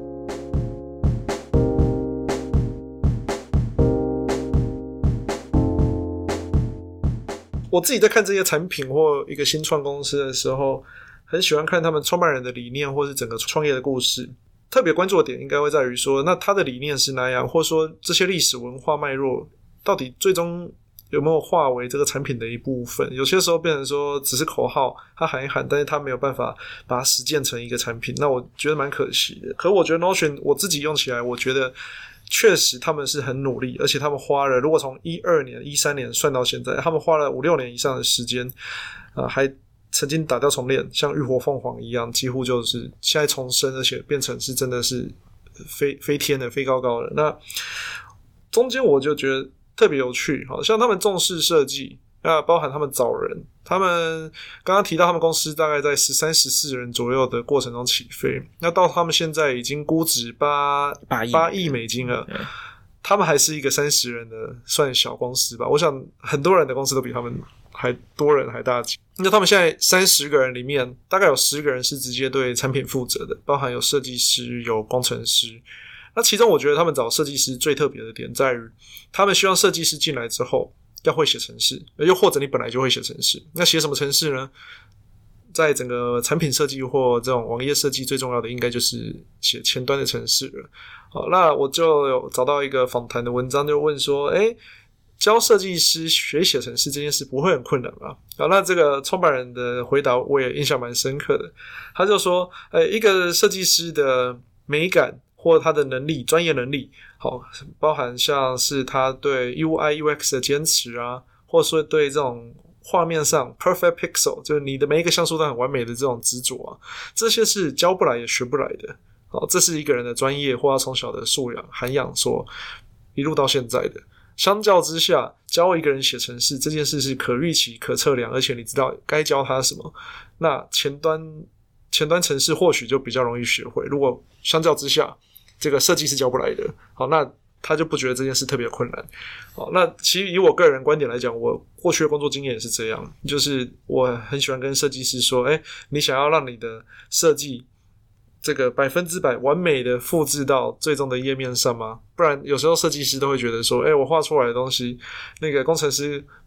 我自己在看这些产品或一个新创公司的时候，很喜欢看他们创办人的理念或是整个创业的故事。特别关注的点应该会在于说，那他的理念是那样，或者说这些历史文化脉络到底最终有没有化为这个产品的一部分。有些时候变成说只是口号，他喊一喊，但是他没有办法把它实践成一个产品，那我觉得蛮可惜的。可我觉得 Notion 我自己用起来，我觉得确实他们是很努力，而且他们花了，如果从十二年、十三年算到现在，他们花了五六年以上的时间，呃，还曾经打掉重练，像浴火凤凰一样，几乎就是现在重生，而且变成是真的是飞飞天的、飞高高的。那中间我就觉得特别有趣，好像他们重视设计，那包含他们找人，他们刚刚提到他们公司大概在十三、十四人左右的过程中起飞，那到他们现在已经估值八八亿美金了，他们还是一个三十人的算小公司吧。我想很多人的公司都比他们还多人还大几。那他们现在三十个人里面，大概有十个人是直接对产品负责的，包含有设计师、有工程师。那其中我觉得他们找设计师最特别的点在于，他们希望设计师进来之后要会写程式，又或者你本来就会写程式。那写什么程式呢？在整个产品设计或这种网页设计，最重要的应该就是写前端的程式了。好，那我就有找到一个访谈的文章，就问说，诶，教设计师学写程式这件事不会很困难吗？好，那这个创办人的回答我也印象蛮深刻的。他就说，呃，一个设计师的美感或他的能力、专业能力，好，包含像是他对 U I U X 的坚持啊，或者说对这种画面上 perfect pixel， 就是你的每一个像素都很完美的这种执着啊，这些是教不来也学不来的。好，这是一个人的专业或他从小的素养涵养所一路到现在的。相较之下，教一个人写程式这件事是可预期、可测量，而且你知道该教他什么。那前端前端程式或许就比较容易学会。如果相较之下，这个设计是教不来的，好，那他就不觉得这件事特别困难。好，那其实以我个人观点来讲，我过去的工作经验也是这样，就是我很喜欢跟设计师说，诶，你想要让你的设计这个百分之百完美的复制到最终的页面上吗？不然有时候设计师都会觉得说，诶，我画出来的东西，那个工程师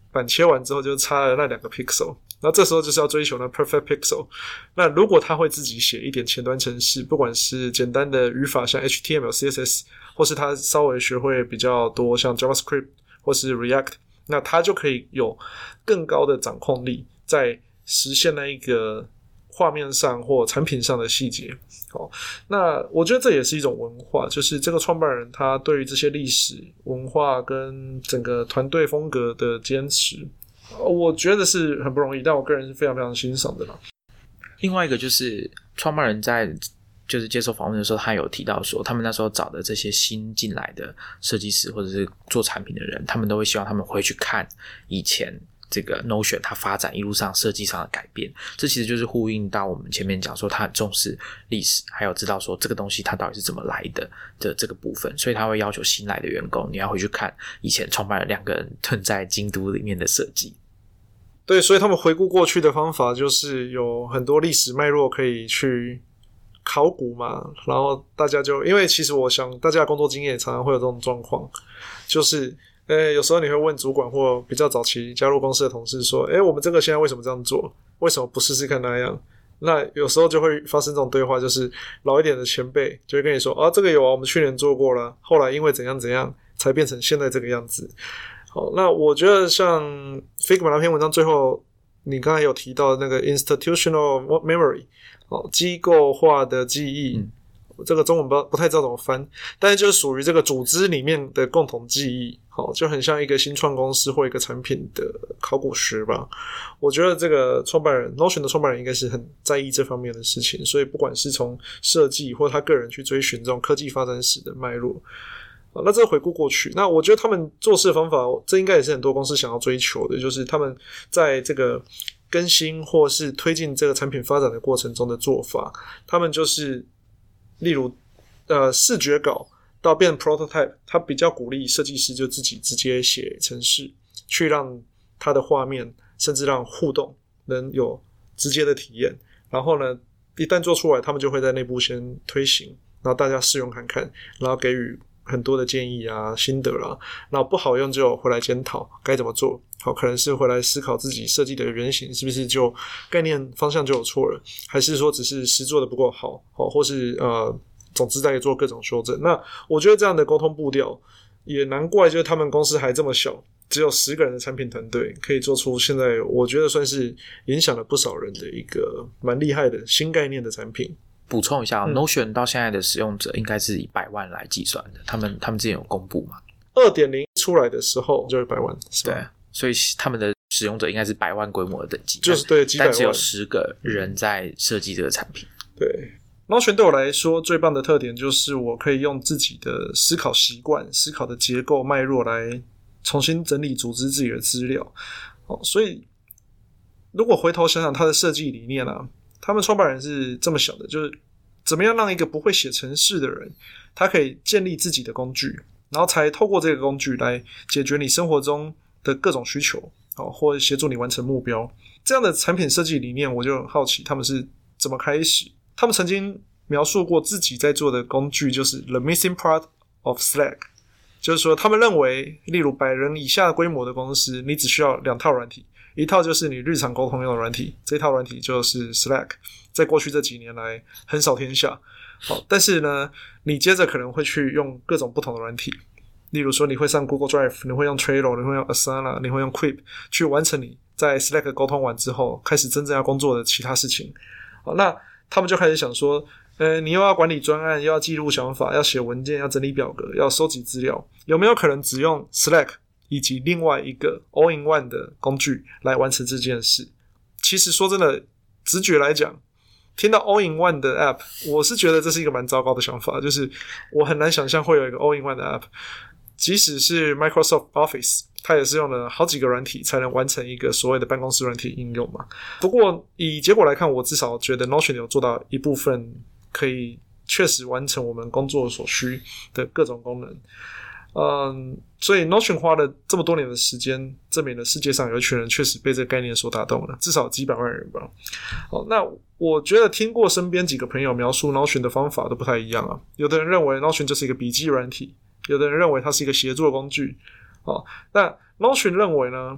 板切完之后就差了那两个 pixel， 那这时候就是要追求那 perfect pixel。那如果他会自己写一点前端程式，不管是简单的语法像 H T M L、C S S， 或是他稍微学会比较多像 JavaScript 或是 React， 那他就可以有更高的掌控力，在实现那一个画面上或产品上的细节。好，那我觉得这也是一种文化，就是这个创办人他对于这些历史文化跟整个团队风格的坚持，我觉得是很不容易，但我个人是非常非常欣赏的啦。 另外一个就是创办人在就是接受访问的时候，他有提到说，他们那时候找的这些新进来的设计师或者是做产品的人，他们都会希望他们回去看以前这个 Notion 它发展一路上设计上的改变，这其实就是呼应到我们前面讲说他很重视历史，还有知道说这个东西它到底是怎么来的的这个部分，所以他会要求新来的员工你要回去看以前创办人两个人吞在京都里面的设计。 对，所以他们回顾过去的方法就是有很多历史脉络可以去考古嘛，然后大家就因为其实我想大家的工作经验也常常会有这种状况，就是呃，有时候你会问主管或比较早期加入公司的同事说，诶，我们这个现在为什么这样做？为什么不试试看那样？那有时候就会发生这种对话，就是老一点的前辈就会跟你说，啊，这个有啊，我们去年做过了，后来因为怎样怎样才变成现在这个样子。好，那我觉得像 Figma 那篇文章最后你刚才有提到那个 institutional memory， 哦，机构化的记忆，嗯，这个中文不不太知道怎么翻，但是就是属于这个组织里面的共同记忆，好，就很像一个新创公司或一个产品的考古学吧。我觉得这个创办人 Notion 的创办人应该是很在意这方面的事情，所以不管是从设计或他个人去追寻这种科技发展史的脉络，那这个回顾过去，那我觉得他们做事的方法，这应该也是很多公司想要追求的，就是他们在这个更新或是推进这个产品发展的过程中的做法，他们就是例如呃视觉稿到变 prototype， 他比较鼓励设计师就自己直接写程式，去让他的画面甚至让互动能有直接的体验，然后呢一旦做出来，他们就会在内部先推行，然后大家试用看看，然后给予很多的建议啊心得啦，然后不好用就回来检讨该怎么做，好，可能是回来思考自己设计的原型是不是就概念方向就有错了，还是说只是实做的不够好，好，或是呃总之再做各种修正。那我觉得这样的沟通步调也难怪就是他们公司还这么小，只有十个人的产品团队可以做出现在我觉得算是影响了不少人的一个蛮厉害的新概念的产品。 补充一下， 嗯 Notion 到现在的使用者应该是以百万来计算的，他们他们之前有公布嘛？ 二点零 出来的时候就有百万，是吧？ 对，所以他们的使用者应该是百万规模的等级， 就是对几百万， 但只有十个人在设计这个产品。 对， Notion 对我来说最棒的特点就是我可以用自己的思考习惯、思考的结构脉络来重新整理组织自己的资料。哦，所以如果回头想想他的设计理念啊，他们创办人是这么想的，就是怎么样让一个不会写程式的人，他可以建立自己的工具，然后才透过这个工具来解决你生活中的各种需求，哦，或者协助你完成目标。这样的产品设计理念，我就很好奇他们是怎么开始。他们曾经描述过自己在做的工具就是 The Missing Part of Slack， 就是说他们认为例如百人以下规模的公司，你只需要两套软体，一套就是你日常沟通用的软体，这套软体就是 Slack， 在过去这几年来横扫天下。好，但是呢你接着可能会去用各种不同的软体，例如说你会上 Google Drive， 你会用 Trello， 你会用 Asana， 你会用 Quip 去完成你在 Slack 沟通完之后开始真正要工作的其他事情。好，那他们就开始想说呃，你又要管理专案，又要记录想法，要写文件，要整理表格，要收集资料，有没有可能只用 Slack 以及另外一个 all-in-one 的工具来完成这件事？其实说真的，直觉来讲，听到 all-in-one 的 app， 我是觉得这是一个蛮糟糕的想法，就是我很难想象会有一个 all-in-one 的 app， 即使是 Microsoft Office， 它也是用了好几个软体才能完成一个所谓的办公室软体应用嘛。不过以结果来看，我至少觉得 Notion 有做到一部分可以确实完成我们工作所需的各种功能。嗯，所以 Notion 花了这么多年的时间，证明了世界上有一群人确实被这个概念所打动了，至少几百万人吧。好，那我觉得听过身边几个朋友描述 Notion 的方法都不太一样啊。有的人认为 Notion 就是一个笔记软体，有的人认为它是一个协作工具。好，那 Notion 认为呢，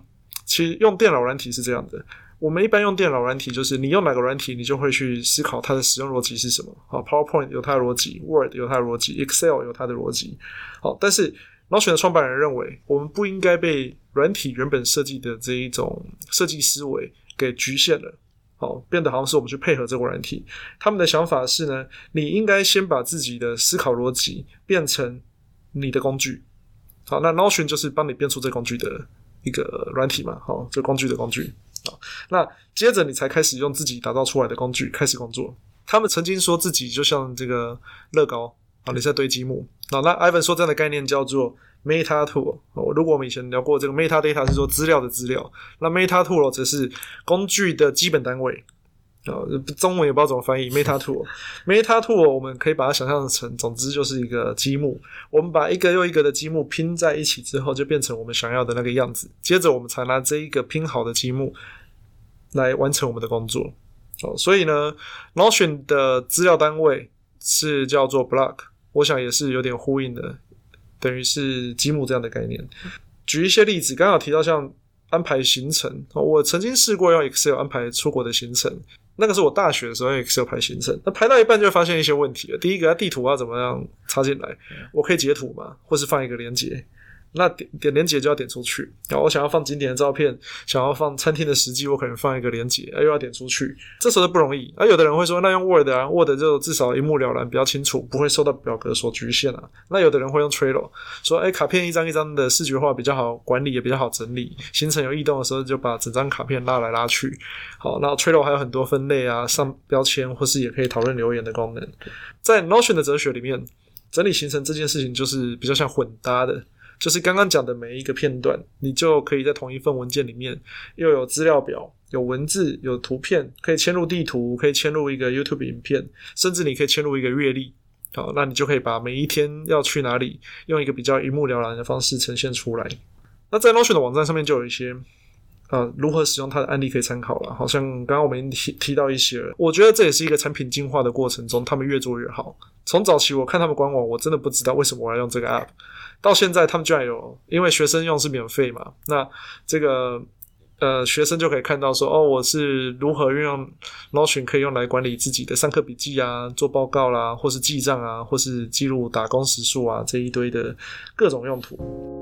其实用电脑软体是这样的，我们一般用电脑软体就是你用哪个软体你就会去思考它的使用逻辑是什么。好 PowerPoint 有它的逻辑， Word 有它的逻辑， Excel 有它的逻辑。好，但是Notion 的创办人认为我们不应该被软体原本设计的这一种设计思维给局限了，好，变得好像是我们去配合这个软体。他们的想法是呢，你应该先把自己的思考逻辑变成你的工具。好，那 Notion 就是帮你变出这工具的一个软体嘛，好，这工具的工具。好，那接着你才开始用自己打造出来的工具开始工作。他们曾经说自己就像这个乐高，好，你在堆积木。好，那 Ivan 说这样的概念叫做 Meta Tool。如果我们以前聊过这个 Meta Data 是说资料的资料，那 Meta Tool 则是工具的基本单位。中文也不知道怎么翻译 Meta Tool。 Meta Tool 我们可以把它想象成，总之就是一个积木，我们把一个又一个的积木拼在一起之后，就变成我们想要的那个样子，接着我们才拿这一个拼好的积木来完成我们的工作。所以呢 Notion 的资料单位是叫做 Block， 我想也是有点呼应的，等于是积木这样的概念。举一些例子，刚刚有提到像安排行程，我曾经试过用 Excel 安排出国的行程，那个是我大学的时候用 Excel 排行程，那排到一半就会发现一些问题了。第一个，地图要怎么样插进来？我可以截图吗？或是放一个连结？那点点连结就要点出去，然后我想要放景点的照片，想要放餐厅的实际，我可能放一个连结，又要点出去，这时候就不容易。啊，有的人会说，那用 Word 啊 ，Word 就至少一目了然，比较清楚，不会受到表格所局限啊。那有的人会用 Trello， 说，哎，卡片一张一张的视觉化比较好管理，也比较好整理，行程有异动的时候就把整张卡片拉来拉去。好，那 Trello 还有很多分类啊，上标签，或是也可以讨论留言的功能。在 Notion 的哲学里面，整理行程这件事情就是比较像混搭的。就是刚刚讲的每一个片段，你就可以在同一份文件里面又有资料表，有文字，有图片，可以嵌入地图，可以嵌入一个 YouTube 影片，甚至你可以嵌入一个月历。好，那你就可以把每一天要去哪里用一个比较一目了然的方式呈现出来。那在 Notion 的网站上面就有一些呃，如何使用它的案例可以参考了，好像刚刚我们已经 提, 提到一些了。我觉得这也是一个产品进化的过程中，他们越做越好。从早期我看他们官网，我真的不知道为什么我要用这个 App， 到现在他们居然有，因为学生用是免费嘛，那这个呃学生就可以看到说，哦，我是如何运用 Notion 可以用来管理自己的上课笔记啊，做报告啦，或是记账啊，或是记录打工时数啊，这一堆的各种用途。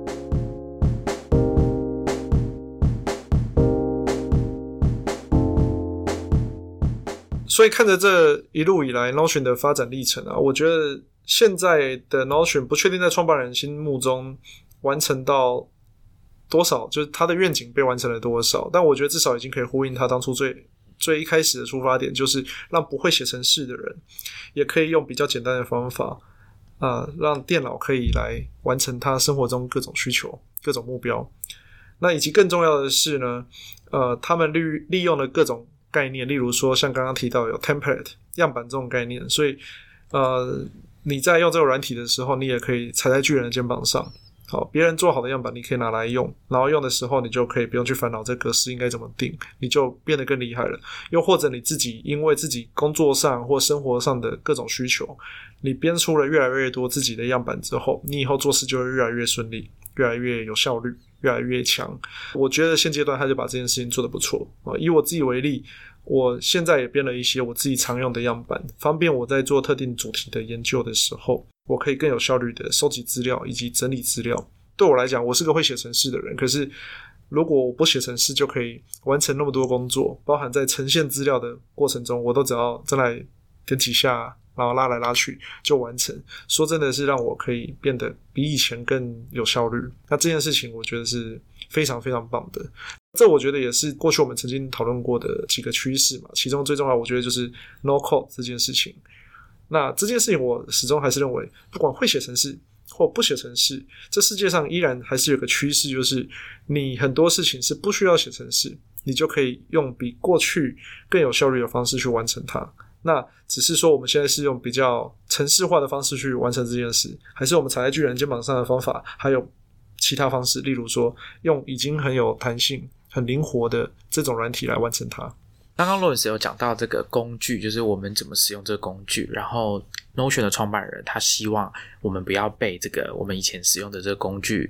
所以看着这一路以来 Notion 的发展历程啊，我觉得现在的 Notion 不确定在创办人心目中完成到多少，就是他的愿景被完成了多少，但我觉得至少已经可以呼应他当初最最一开始的出发点，就是让不会写程式的人也可以用比较简单的方法呃，让电脑可以来完成他生活中各种需求各种目标。那以及更重要的是呢呃，他们利利用了各种概念，例如说像刚刚提到有 template 样板这种概念，所以呃，你在用这个软体的时候，你也可以踩在巨人的肩膀上。好，别人做好的样板你可以拿来用，然后用的时候你就可以不用去烦恼这格式应该怎么定，你就变得更厉害了。又或者你自己因为自己工作上或生活上的各种需求，你编出了越来越多自己的样板之后，你以后做事就会越来越顺利，越来越有效率，越来越强。我觉得现阶段他就把这件事情做得不错。以我自己为例，我现在也编了一些我自己常用的样板，方便我在做特定主题的研究的时候，我可以更有效率的收集资料以及整理资料。对我来讲，我是个会写程式的人，可是如果我不写程式就可以完成那么多工作，包含在呈现资料的过程中，我都只要再来点几下，然后拉来拉去就完成。说真的是让我可以变得比以前更有效率，那这件事情我觉得是非常非常棒的。这我觉得也是过去我们曾经讨论过的几个趋势嘛，其中最重要我觉得就是 no code 这件事情。那这件事情我始终还是认为，不管会写程式或不写程式，这世界上依然还是有个趋势，就是你很多事情是不需要写程式，你就可以用比过去更有效率的方式去完成它。那只是说我们现在是用比较程式化的方式去完成这件事，还是我们踩在巨人肩膀上的方法还有其他方式，例如说用已经很有弹性很灵活的这种软体来完成它。 刚刚 Lawrence 有讲到这个工具，就是我们怎么使用这个工具，然后 Notion 的创办人他希望我们不要被这个我们以前使用的这个工具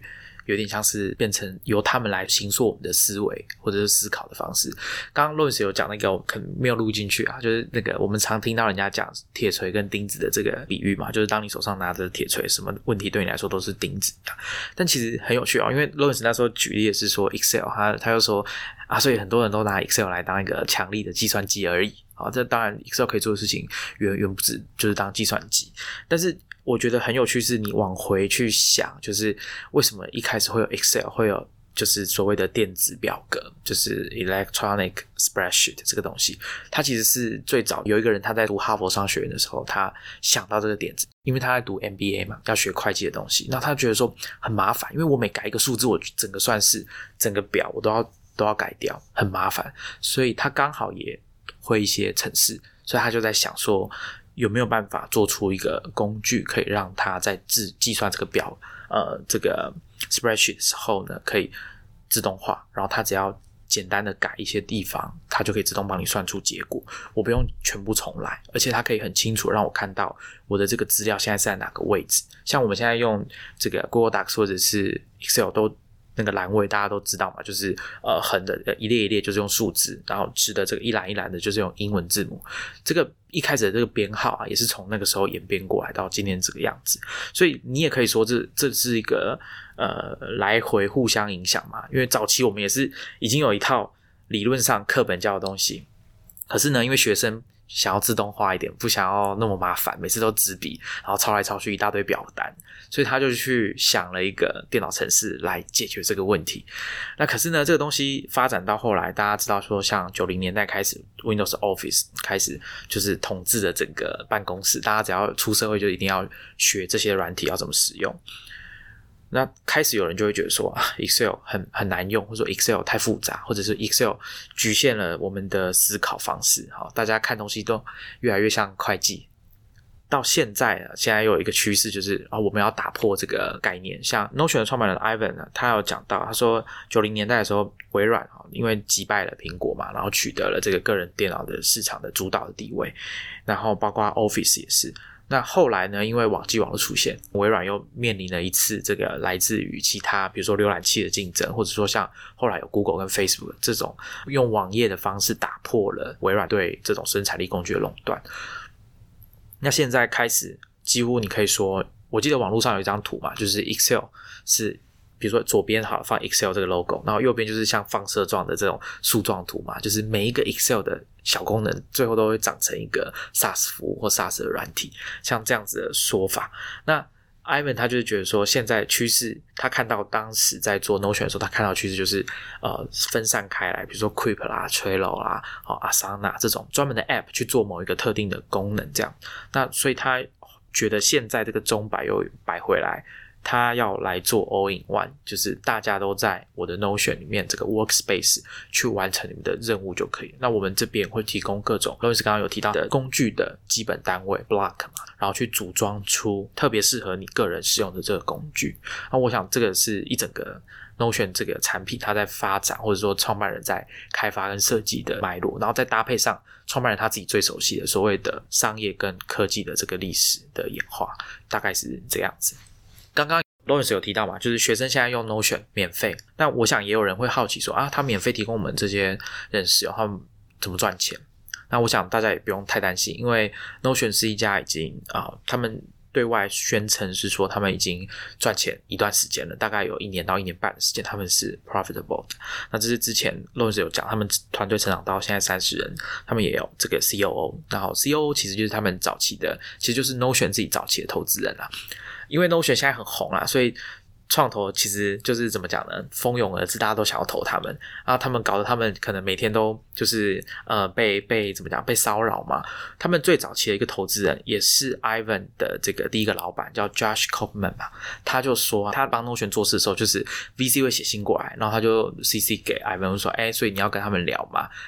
有点像是变成由他们来形塑我们的思维或者是思考的方式。刚刚 Lawrence 有讲那个我可能没有录进去啊，就是那个我们常听到人家讲铁锤跟钉子的这个比喻嘛，就是当你手上拿着铁锤，什么问题对你来说都是钉子。但其实很有趣啊，因为 Lawrence 那时候举例也是说 Excel， 他他又说啊，所以很多人都拿 Excel 来当一个强力的计算机而已。好，这当然 Excel 可以做的事情远远不止就是当计算机，但是我觉得很有趣是你往回去想，就是为什么一开始会有 Excel， 会有就是所谓的电子表格，就是 electronic spreadsheet 这个东西，它其实是最早有一个人他在读哈佛商学院的时候，他想到这个点子，因为他在读 M B A 嘛，要学会计的东西，那他觉得说很麻烦，因为我每改一个数字，我整个算式整个表我都要都要改掉，很麻烦，所以他刚好也会一些程式，所以他就在想说有没有办法做出一个工具，可以让他在自计算这个表呃这个 spreadsheet 的时候呢，可以自动化，然后他只要简单的改一些地方，它就可以自动帮你算出结果，我不用全部重来，而且它可以很清楚让我看到我的这个资料现在是在哪个位置。像我们现在用这个 Google Docs 或者是 Excel 都那个栏位大家都知道嘛，就是呃横的一列一列就是用数字，然后直的这个一栏一栏的就是用英文字母。这个一开始的这个编号啊，也是从那个时候演变过来到今天这个样子。所以你也可以说这这是一个呃来回互相影响嘛，因为早期我们也是已经有一套理论上课本教的东西，可是呢，因为学生想要自动化一点，不想要那么麻烦，每次都纸笔，然后抄来抄去一大堆表单，所以他就去想了一个电脑程式来解决这个问题。那可是呢，这个东西发展到后来，大家知道说，像九零年代开始 Windows Office 开始就是统治的整个办公室，大家只要出社会就一定要学这些软体要怎么使用。那开始有人就会觉得说、啊、Excel 很很难用，或者说 Excel 太复杂，或者是 Excel 局限了我们的思考方式。好，大家看东西都越来越像会计。到现在呢，现在又有一个趋势就是啊，我们要打破这个概念。像 Notion 的创办人 Ivan 呢，他有讲到，他说九零年代的时候，微软因为击败了苹果嘛，然后取得了这个个人电脑的市场的主导的地位，然后包括 Office 也是。那后来呢，因为网际网的出现，微软又面临了一次这个来自于其他比如说浏览器的竞争，或者说像后来有 Google 跟 Facebook 这种用网页的方式打破了微软对这种生产力工具的垄断。那现在开始几乎你可以说，我记得网络上有一张图嘛，就是 Excel 是比如说左边好放 Excel 这个 logo， 然后右边就是像放射状的这种树状图嘛，就是每一个 Excel 的小功能最后都会长成一个 SaaS 服务或 SaaS 的软体，像这样子的说法。那 Ivan 他就是觉得说现在趋势，他看到当时在做 Notion 的时候，他看到趋势就是呃分散开来，比如说 Quip 啦 Trello 啦、哦、Asana 这种专门的 App 去做某一个特定的功能这样。那所以他觉得现在这个钟摆又摆回来，他要来做 all in one， 就是大家都在我的 Notion 里面这个 workspace 去完成你们的任务就可以。那我们这边会提供各种 Lawrence 刚刚有提到的工具的基本单位 block 嘛，然后去组装出特别适合你个人使用的这个工具。那我想这个是一整个 Notion 这个产品它在发展，或者说创办人在开发跟设计的脉络，然后再搭配上创办人他自己最熟悉的所谓的商业跟科技的这个历史的演化，大概是这样子。刚刚 Lawrence 有提到嘛，就是学生现在用 Notion 免费，那我想也有人会好奇说啊，他免费提供我们这些人使用，他们怎么赚钱？那我想大家也不用太担心，因为 Notion 是一家已经啊、呃，他们对外宣称是说他们已经赚钱一段时间了，大概有一年到一年半的时间他们是 profitable 的。那这是之前 Lawrence 有讲，他们团队成长到现在三十人，他们也有这个 C O O， 然后 C O O 其实就是他们早期的，其实就是 Notion 自己早期的投资人啦。因为 Notion 现在很红啦，所以创投其实就是怎么讲呢，蜂拥而至，大家都想要投他们，然后他们搞得他们可能每天都就是呃被被怎么讲被骚扰嘛。他们最早期的一个投资人也是 Ivan 的这个第一个老板叫 Josh Kaufman 嘛，他就说他帮 Notion 做事的时候，就是 V C 会写信过来，然后他就 C C 给 Ivan 说，哎，所以你要跟他们聊嘛，啊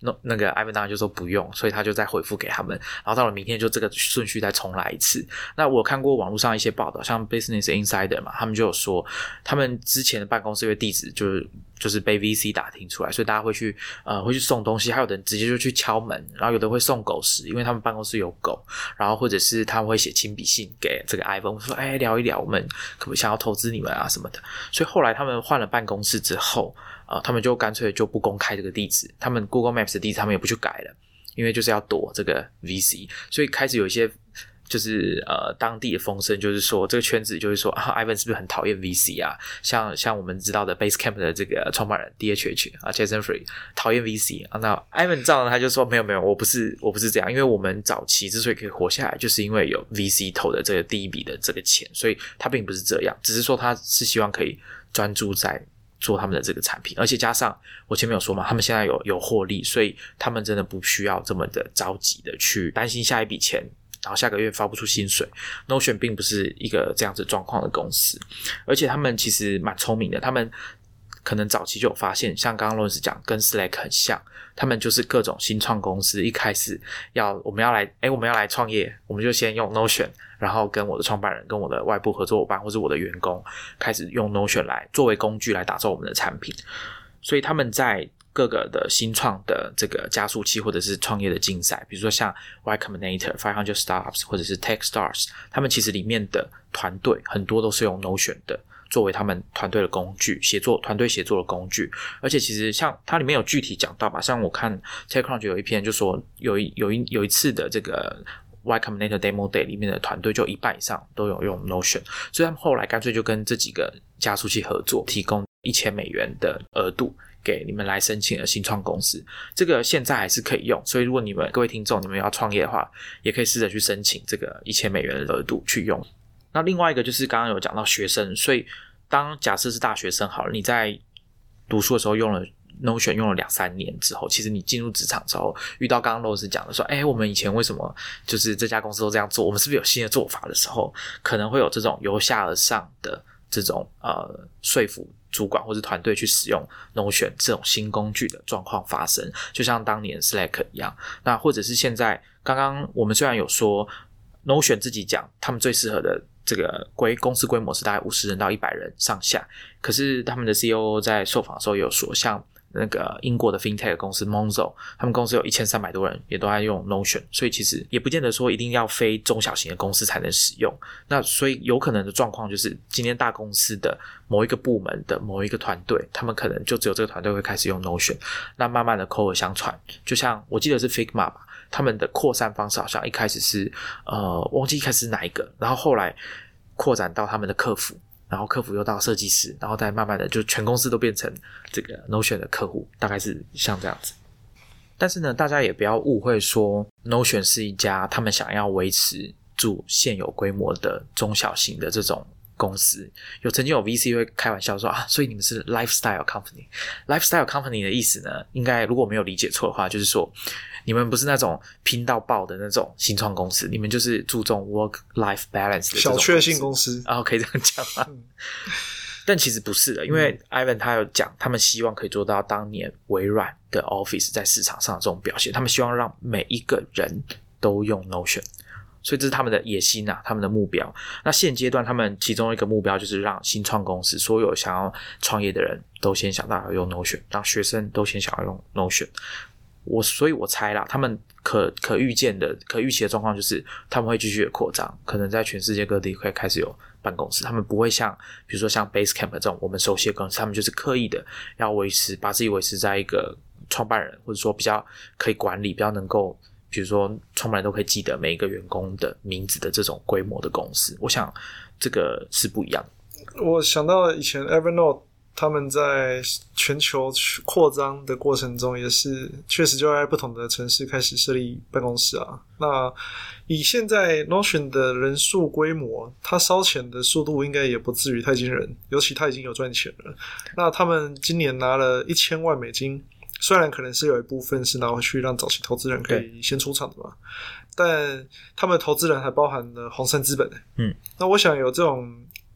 那那个 Ivan 当然就说不用，所以他就再回复给他们，然后到了明天就这个顺序再重来一次。那我看过网络上一些报道，像 Business Insider 嘛，他们就有说他们之前的办公室因为地址就是就是被 V C 打听出来，所以大家会去呃会去送东西，还有的人直接就去敲门，然后有的会送狗食，因为他们办公室有狗，然后或者是他们会写亲笔信给这个 Ivan 说哎聊一聊我们可不可以想要投资你们啊什么的。所以后来他们换了办公室之后呃他们就干脆就不公开这个地址，他们 Google Maps 的地址他们也不去改了，因为就是要躲这个 V C， 所以开始有一些就是呃当地的风声，就是说这个圈子就是说啊 Ivan 是不是很讨厌 V C 啊？像像我们知道的 Basecamp 的这个创办人 D H H 啊 Jason Fried 讨厌 V C 啊，那 Ivan 照呢他就说没有没有，我不是我不是这样，因为我们早期之所以可以活下来，就是因为有 V C 投的这个第一笔的这个钱，所以他并不是这样，只是说他是希望可以专注在做他们的这个产品，而且加上我前面有说嘛，他们现在有有获利，所以他们真的不需要这么的着急的去担心下一笔钱然后下个月发不出薪水。 Notion 并不是一个这样子状况的公司，而且他们其实蛮聪明的，他们可能早期就有发现，像刚刚 Lawrence 讲跟 Slack 很像，他们就是各种新创公司一开始要我们要来诶我们要来创业，我们就先用 Notion， 然后跟我的创办人跟我的外部合作伙伴或是我的员工开始用 Notion 来作为工具来打造我们的产品。所以他们在各个的新创的这个加速器或者是创业的竞赛，比如说像 Y Combinator、五百 Startups 或者是 TechStars， 他们其实里面的团队很多都是用 Notion 的作为他们团队的工具，协作团队协作的工具。而且其实像它里面有具体讲到吧，像我看 TechCrunch 有一篇就说有一有一有一次的这个Y Combinator Demo Day 里面的团队就一半以上都有用 Notion， 所以他们后来干脆就跟这几个加速器合作，提供一千美元的额度给你们来申请的新创公司，这个现在还是可以用，所以如果你们各位听众你们要创业的话，也可以试着去申请这个一千美元的额度去用。那另外一个就是刚刚有讲到学生，所以当假设是大学生好了，你在读书的时候用了 Notion 用了两三年之后，其实你进入职场之后遇到刚刚 Rose 讲的说诶我们以前为什么就是这家公司都这样做，我们是不是有新的做法的时候，可能会有这种由下而上的这种呃说服主管或是团队去使用 Notion 这种新工具的状况发生，就像当年 Slack 一样。那或者是现在刚刚我们虽然有说 Notion 自己讲他们最适合的这个规公司规模是大概五十人到一百人上下，可是他们的 C O O 在受访的时候有说，像那个英国的 FinTech 公司 Monzo， 他们公司有一千三百多人也都在用 Notion， 所以其实也不见得说一定要非中小型的公司才能使用。那所以有可能的状况就是今天大公司的某一个部门的某一个团队，他们可能就只有这个团队会开始用 Notion， 那慢慢的口耳相传，就像我记得是 Figma 吧，他们的扩散方式好像一开始是呃忘记一开始是哪一个，然后后来扩展到他们的客服，然后客服又到设计师，然后再慢慢的就全公司都变成这个 Notion 的客户，大概是像这样子。但是呢，大家也不要误会说 Notion 是一家他们想要维持住现有规模的中小型的这种公司。有曾经有 V C 会开玩笑说啊，所以你们是 lifestyle company。 lifestyle company 的意思呢，应该如果没有理解错的话，就是说你们不是那种拼到爆的那种新创公司，你们就是注重 work-life balance 的这种小确幸公司啊，可以这样讲吗？嗯、但其实不是的，因为 Ivan 他有讲，他们希望可以做到当年微软的 Office 在市场上的这种表现，他们希望让每一个人都用 Notion， 所以这是他们的野心啊，他们的目标。那现阶段他们其中一个目标就是让新创公司所有想要创业的人都先想到要用 Notion， 让学生都先想要用 Notion。我所以我猜啦，他们可可预见的可预期的状况就是他们会继续的扩张，可能在全世界各地会开始有办公室。他们不会像比如说像 Basecamp 这种我们熟悉的公司，他们就是刻意的要维持把自己维持在一个创办人或者说比较可以管理，比较能够比如说创办人都可以记得每一个员工的名字的这种规模的公司。我想这个是不一样的。 我想到以前 Evernote他们在全球扩张的过程中，也是确实就在不同的城市开始设立办公室啊。那以现在 Notion 的人数规模，它烧钱的速度应该也不至于太惊人，尤其它已经有赚钱了。那他们今年拿了一千万美金，虽然可能是有一部分是拿回去让早期投资人可以先出场的嘛，但他们的投资人还包含了红杉资本。 嗯， 那我想有这种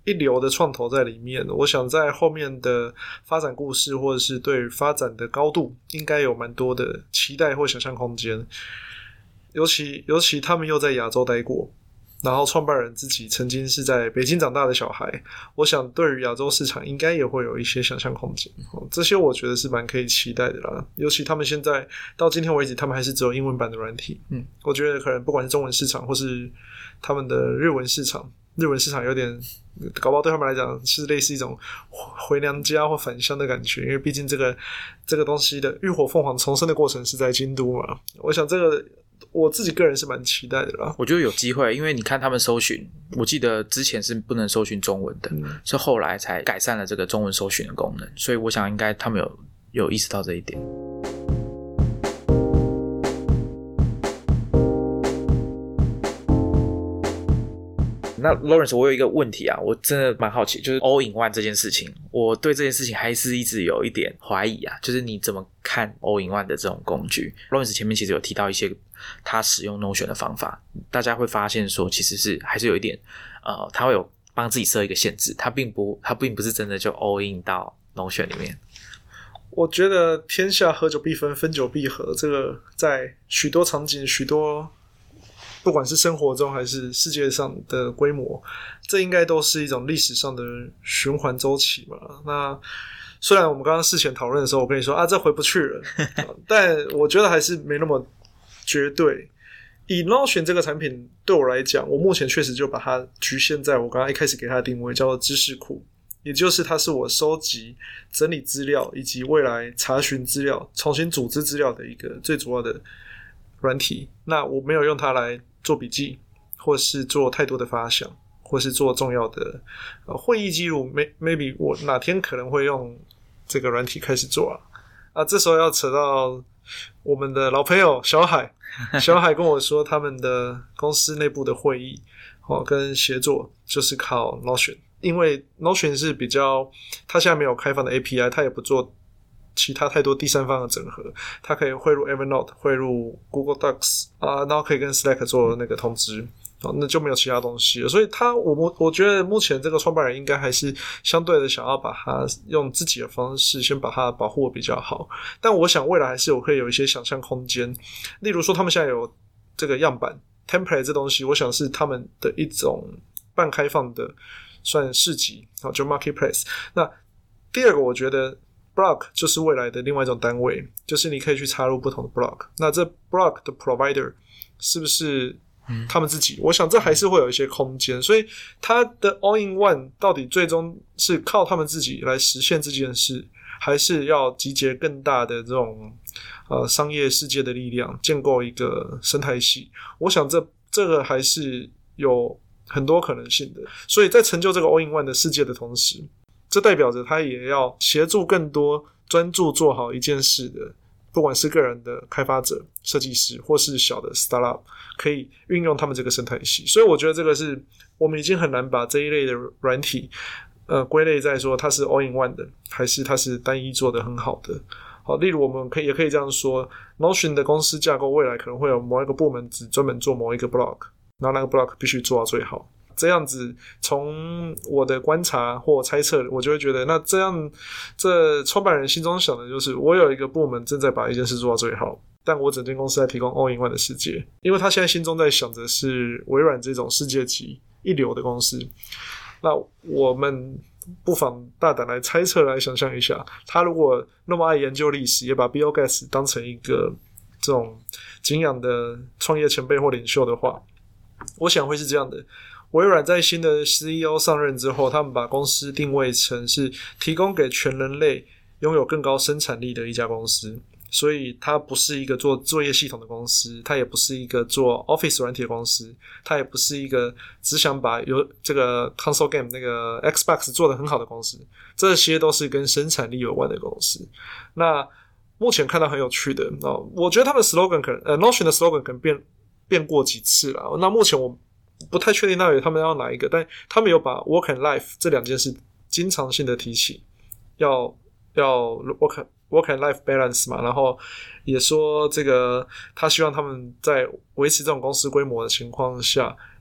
一流的创投在里面，我想在后面的发展故事或者是对发展的高度应该有蛮多的期待或想象空间，尤其尤其他们又在亚洲待过，然后创办人自己曾经是在北京长大的小孩，我想对于亚洲市场应该也会有一些想象空间，这些我觉得是蛮可以期待的啦。尤其他们现在到今天为止他们还是只有英文版的软体，嗯，我觉得可能不管是中文市场或是他们的日文市场日文市场有点搞不好对他们来讲是类似一种回娘家或返乡的感觉，因为毕竟这个这个东西的浴火凤凰重生的过程是在京都嘛，我想这个我自己个人是蛮期待的啦。 我觉得有机会，因为你看他们搜寻，我记得之前是不能搜寻中文的，嗯，是后来才改善了这个中文搜寻的功能，所以我想应该他们有有意识到这一点。那 Lawrence 我有一个问题啊，我真的蛮好奇，就是 All in One 这件事情，我对这件事情还是一直有一点怀疑啊，就是你怎么看 All in One 的这种工具？ Lawrence 前面其实有提到一些他使用 Notion 的方法，大家会发现说其实是还是有一点呃，他会有帮自己设一个限制，他并不他并不是真的就 All in 到 Notion 里面。 我觉得天下合久必分，分久必合，这个在许多场景许多不管是生活中还是世界上的规模，这应该都是一种历史上的循环周期嘛。那虽然我们刚刚事前讨论的时候我跟你说啊这回不去了但我觉得还是没那么绝对。以 Notion 这个产品对我来讲，我目前确实就把它局限在我刚刚一开始给它的定位叫做知识库，也就是它是我收集整理资料以及未来查询资料重新组织资料的一个最主要的软体。那我没有用它来做笔记，或是做太多的发想，或是做重要的、呃、会议记录 maybe 我哪天可能会用这个软体开始做啊啊，这时候要扯到我们的老朋友小海小海跟我说他们的公司内部的会议、哦、跟协作就是靠 Notion， 因为 Notion 是比较他现在没有开放的 A P I， 他也不做其他太多第三方的整合，它可以汇入 Evernote 汇入 Google Docs 啊，然后可以跟 Slack 做那个通知、哦、那就没有其他东西了。所以他我我觉得目前这个创办人应该还是相对的想要把它用自己的方式先把它保护得比较好，但我想未来还是有会有一些想象空间。例如说他们现在有这个样板 template 这东西，我想是他们的一种半开放的算市集、哦、就 marketplace。 那第二个我觉得block 就是未来的另外一种单位，就是你可以去插入不同的 block， 那这 block 的 provider 是不是他们自己、嗯、我想这还是会有一些空间，所以它的 all in one 到底最终是靠他们自己来实现这件事，还是要集结更大的这种呃商业世界的力量，建构一个生态系，我想这这个还是有很多可能性的。所以在成就这个 all in one 的世界的同时，这代表着他也要协助更多专注做好一件事的，不管是个人的开发者、设计师或是小的 startup， 可以运用他们这个生态系。所以我觉得这个是我们已经很难把这一类的软体呃归类在说它是 all in one 的，还是它是单一做得很好的。好，例如我们可以也可以这样说 Notion 的公司架构未来可能会有某一个部门只专门做某一个 block， 然后那个 block 必须做到最好。这样子从我的观察或猜测，我就会觉得那这样这创办人心中想的就是我有一个部门正在把一件事做到最好，但我整间公司在提供 all in one 的世界，因为他现在心中在想的是微软这种世界级一流的公司。那我们不妨大胆来猜测来想象一下，他如果那么爱研究历史，也把 Bill Gates 当成一个这种敬仰的创业前辈或领袖的话，我想会是这样的。微软在新的 C E O 上任之后，他们把公司定位成是提供给全人类拥有更高生产力的一家公司，所以它不是一个做作业系统的公司，它也不是一个做 Office 软体的公司，它也不是一个只想把有这个 console game 那个 Xbox 做得很好的公司，这些都是跟生产力有关的公司。那目前看到很有趣的、哦、我觉得他们的 slogan 可能呃 Notion 的 slogan 可能变变过几次啦，那目前我不太确定到底他们要哪一个，但他们有把 work and life 这两件事经常性的提起，要要 work, work and life balance 嘛，然后也说这个他希望他们在维持这种公司规模的情况下，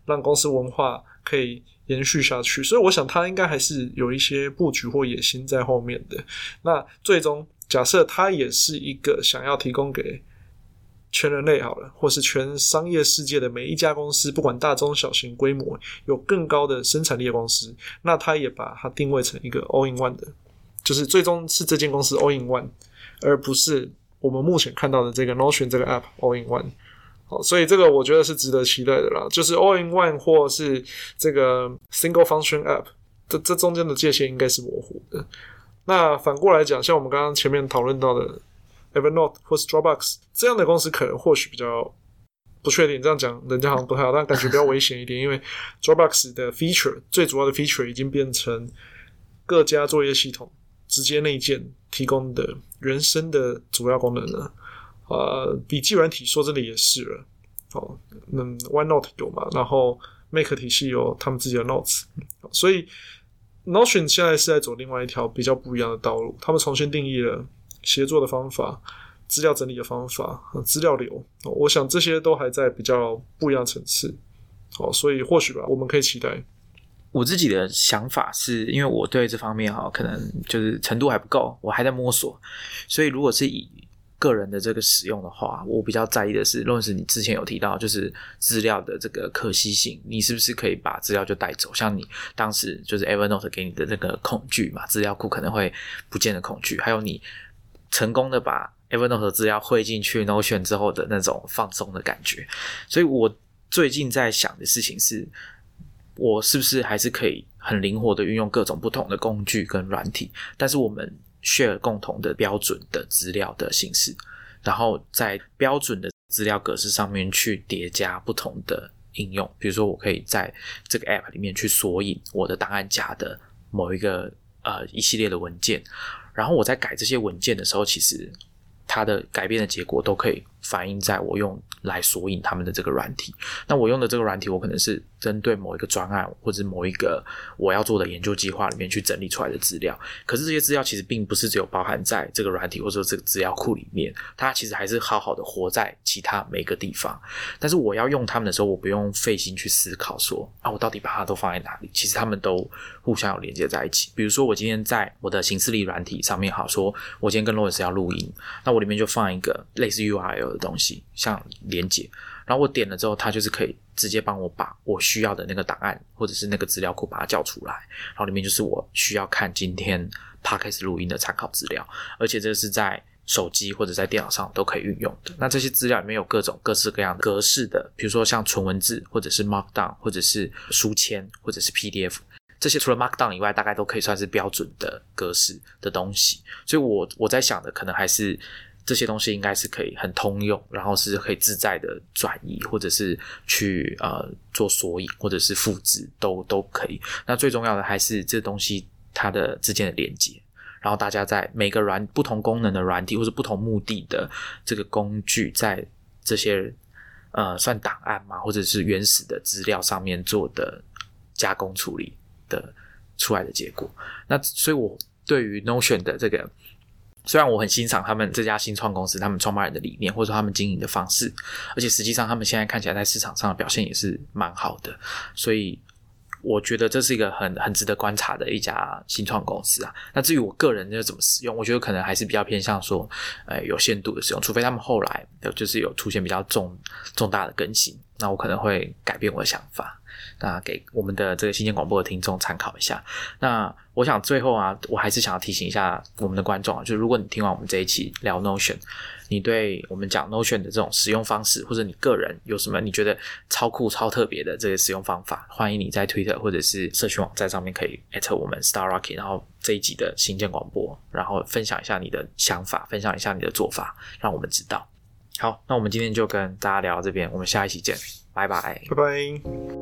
让公司文化可以延续下去。所以我想他应该还是有一些布局或野心在后面的。那最终假设他也是一个想要提供给全人类好了，或是全商业世界的每一家公司，不管大中小型规模，有更高的生产力的公司，那他也把它定位成一个 all in one 的，就是最终是这间公司 all in one， 而不是我们目前看到的这个 Notion 这个 app all in one。好，所以这个我觉得是值得期待的啦，就是 all in one 或是这个 single function app， 这这中间的界限应该是模糊的。那反过来讲，像我们刚刚前面讨论到的 Evernote 或是 Dropbox 这样的公司，可能或许比较不确定，这样讲人家好像不太好，但感觉比较危险一点，因为 Dropbox 的 feature 最主要的 feature 已经变成各家作业系统直接内建提供的原生的主要功能了。呃，笔记软体说真的也是了。哦，嗯 ，OneNote 有嘛，然后 Make 体系有他们自己的 Notes， 所以 Notion 现在是在走另外一条比较不一样的道路，他们重新定义了协作的方法、资料整理的方法、资料流、哦，我想这些都还在比较不一样的层次。哦，所以或许吧，我们可以期待。 我自己的想法是，因为我对这方面哈，可能就是程度还不够，我还在摸索，所以如果是以个人的这个使用的话，我比较在意的是 Lawrence 你之前有提到就是资料的这个可惜性，你是不是可以把资料就带走，像你当时就是 Evernote 给你的这个恐惧嘛，资料库可能会不见的恐惧，还有你成功的把 Evernote 的资料汇进去 Notion 之后的那种放松的感觉。所以我最近在想的事情是，我是不是还是可以很灵活的运用各种不同的工具跟软体，但是我们share 共同的标准的资料的形式，然后在标准的资料格式上面去叠加不同的应用。比如说我可以在这个 app 里面去索引我的档案夹的某一个呃一系列的文件，然后我在改这些文件的时候，其实它的改变的结果都可以反映在我用来索引他们的这个软体。那我用的这个软体，我可能是针对某一个专案或者某一个我要做的研究计划里面去整理出来的资料，可是这些资料其实并不是只有包含在这个软体或者说这个资料库里面，它其实还是好好的活在其他每个地方。但是我要用它们的时候，我不用费心去思考说啊，我到底把它都放在哪里，其实它们都互相有连接在一起。比如说我今天在我的行事历软体上面，好说我今天跟 Lawrence 要录音，那我里面就放一个类似 U R L 的东西，像连结，然后我点了之后，它就是可以直接帮我把我需要的那个档案或者是那个资料库把它叫出来，然后里面就是我需要看今天 Podcast 录音的参考资料，而且这是在手机或者在电脑上都可以运用的。那这些资料里面有各种各式各样的格式的，比如说像纯文字或者是 Markdown 或者是书签或者是 P D F， 这些除了 Markdown 以外大概都可以算是标准的格式的东西。所以我我在想的可能还是这些东西应该是可以很通用，然后是可以自在的转移，或者是去呃做索引，或者是复制，都都可以。那最重要的还是这东西它的之间的连接，然后大家在每个软不同功能的软体或者不同目的的这个工具，在这些呃算档案嘛，或者是原始的资料上面做的加工处理的出来的结果。那所以我对于 Notion 的这个，虽然我很欣赏他们这家新创公司他们创办人的理念或者说他们经营的方式，而且实际上他们现在看起来在市场上的表现也是蛮好的，所以我觉得这是一个很很值得观察的一家新创公司啊。那至于我个人要怎么使用，我觉得可能还是比较偏向说呃有限度的使用，除非他们后来就是有出现比较重重大的更新，那我可能会改变我的想法，那给我们的这个新建广播的听众参考一下。那我想最后啊，我还是想要提醒一下我们的观众啊，就是如果你听完我们这一期聊 Notion， 你对我们讲 Notion 的这种使用方式，或者你个人有什么你觉得超酷超特别的这个使用方法，欢迎你在 Twitter 或者是社群网站上面可以 at 我们 Star Rocket， 然后这一集的新建广播，然后分享一下你的想法，分享一下你的做法，让我们知道。好，那我们今天就跟大家聊到这边，我们下一期见，拜拜， 拜拜。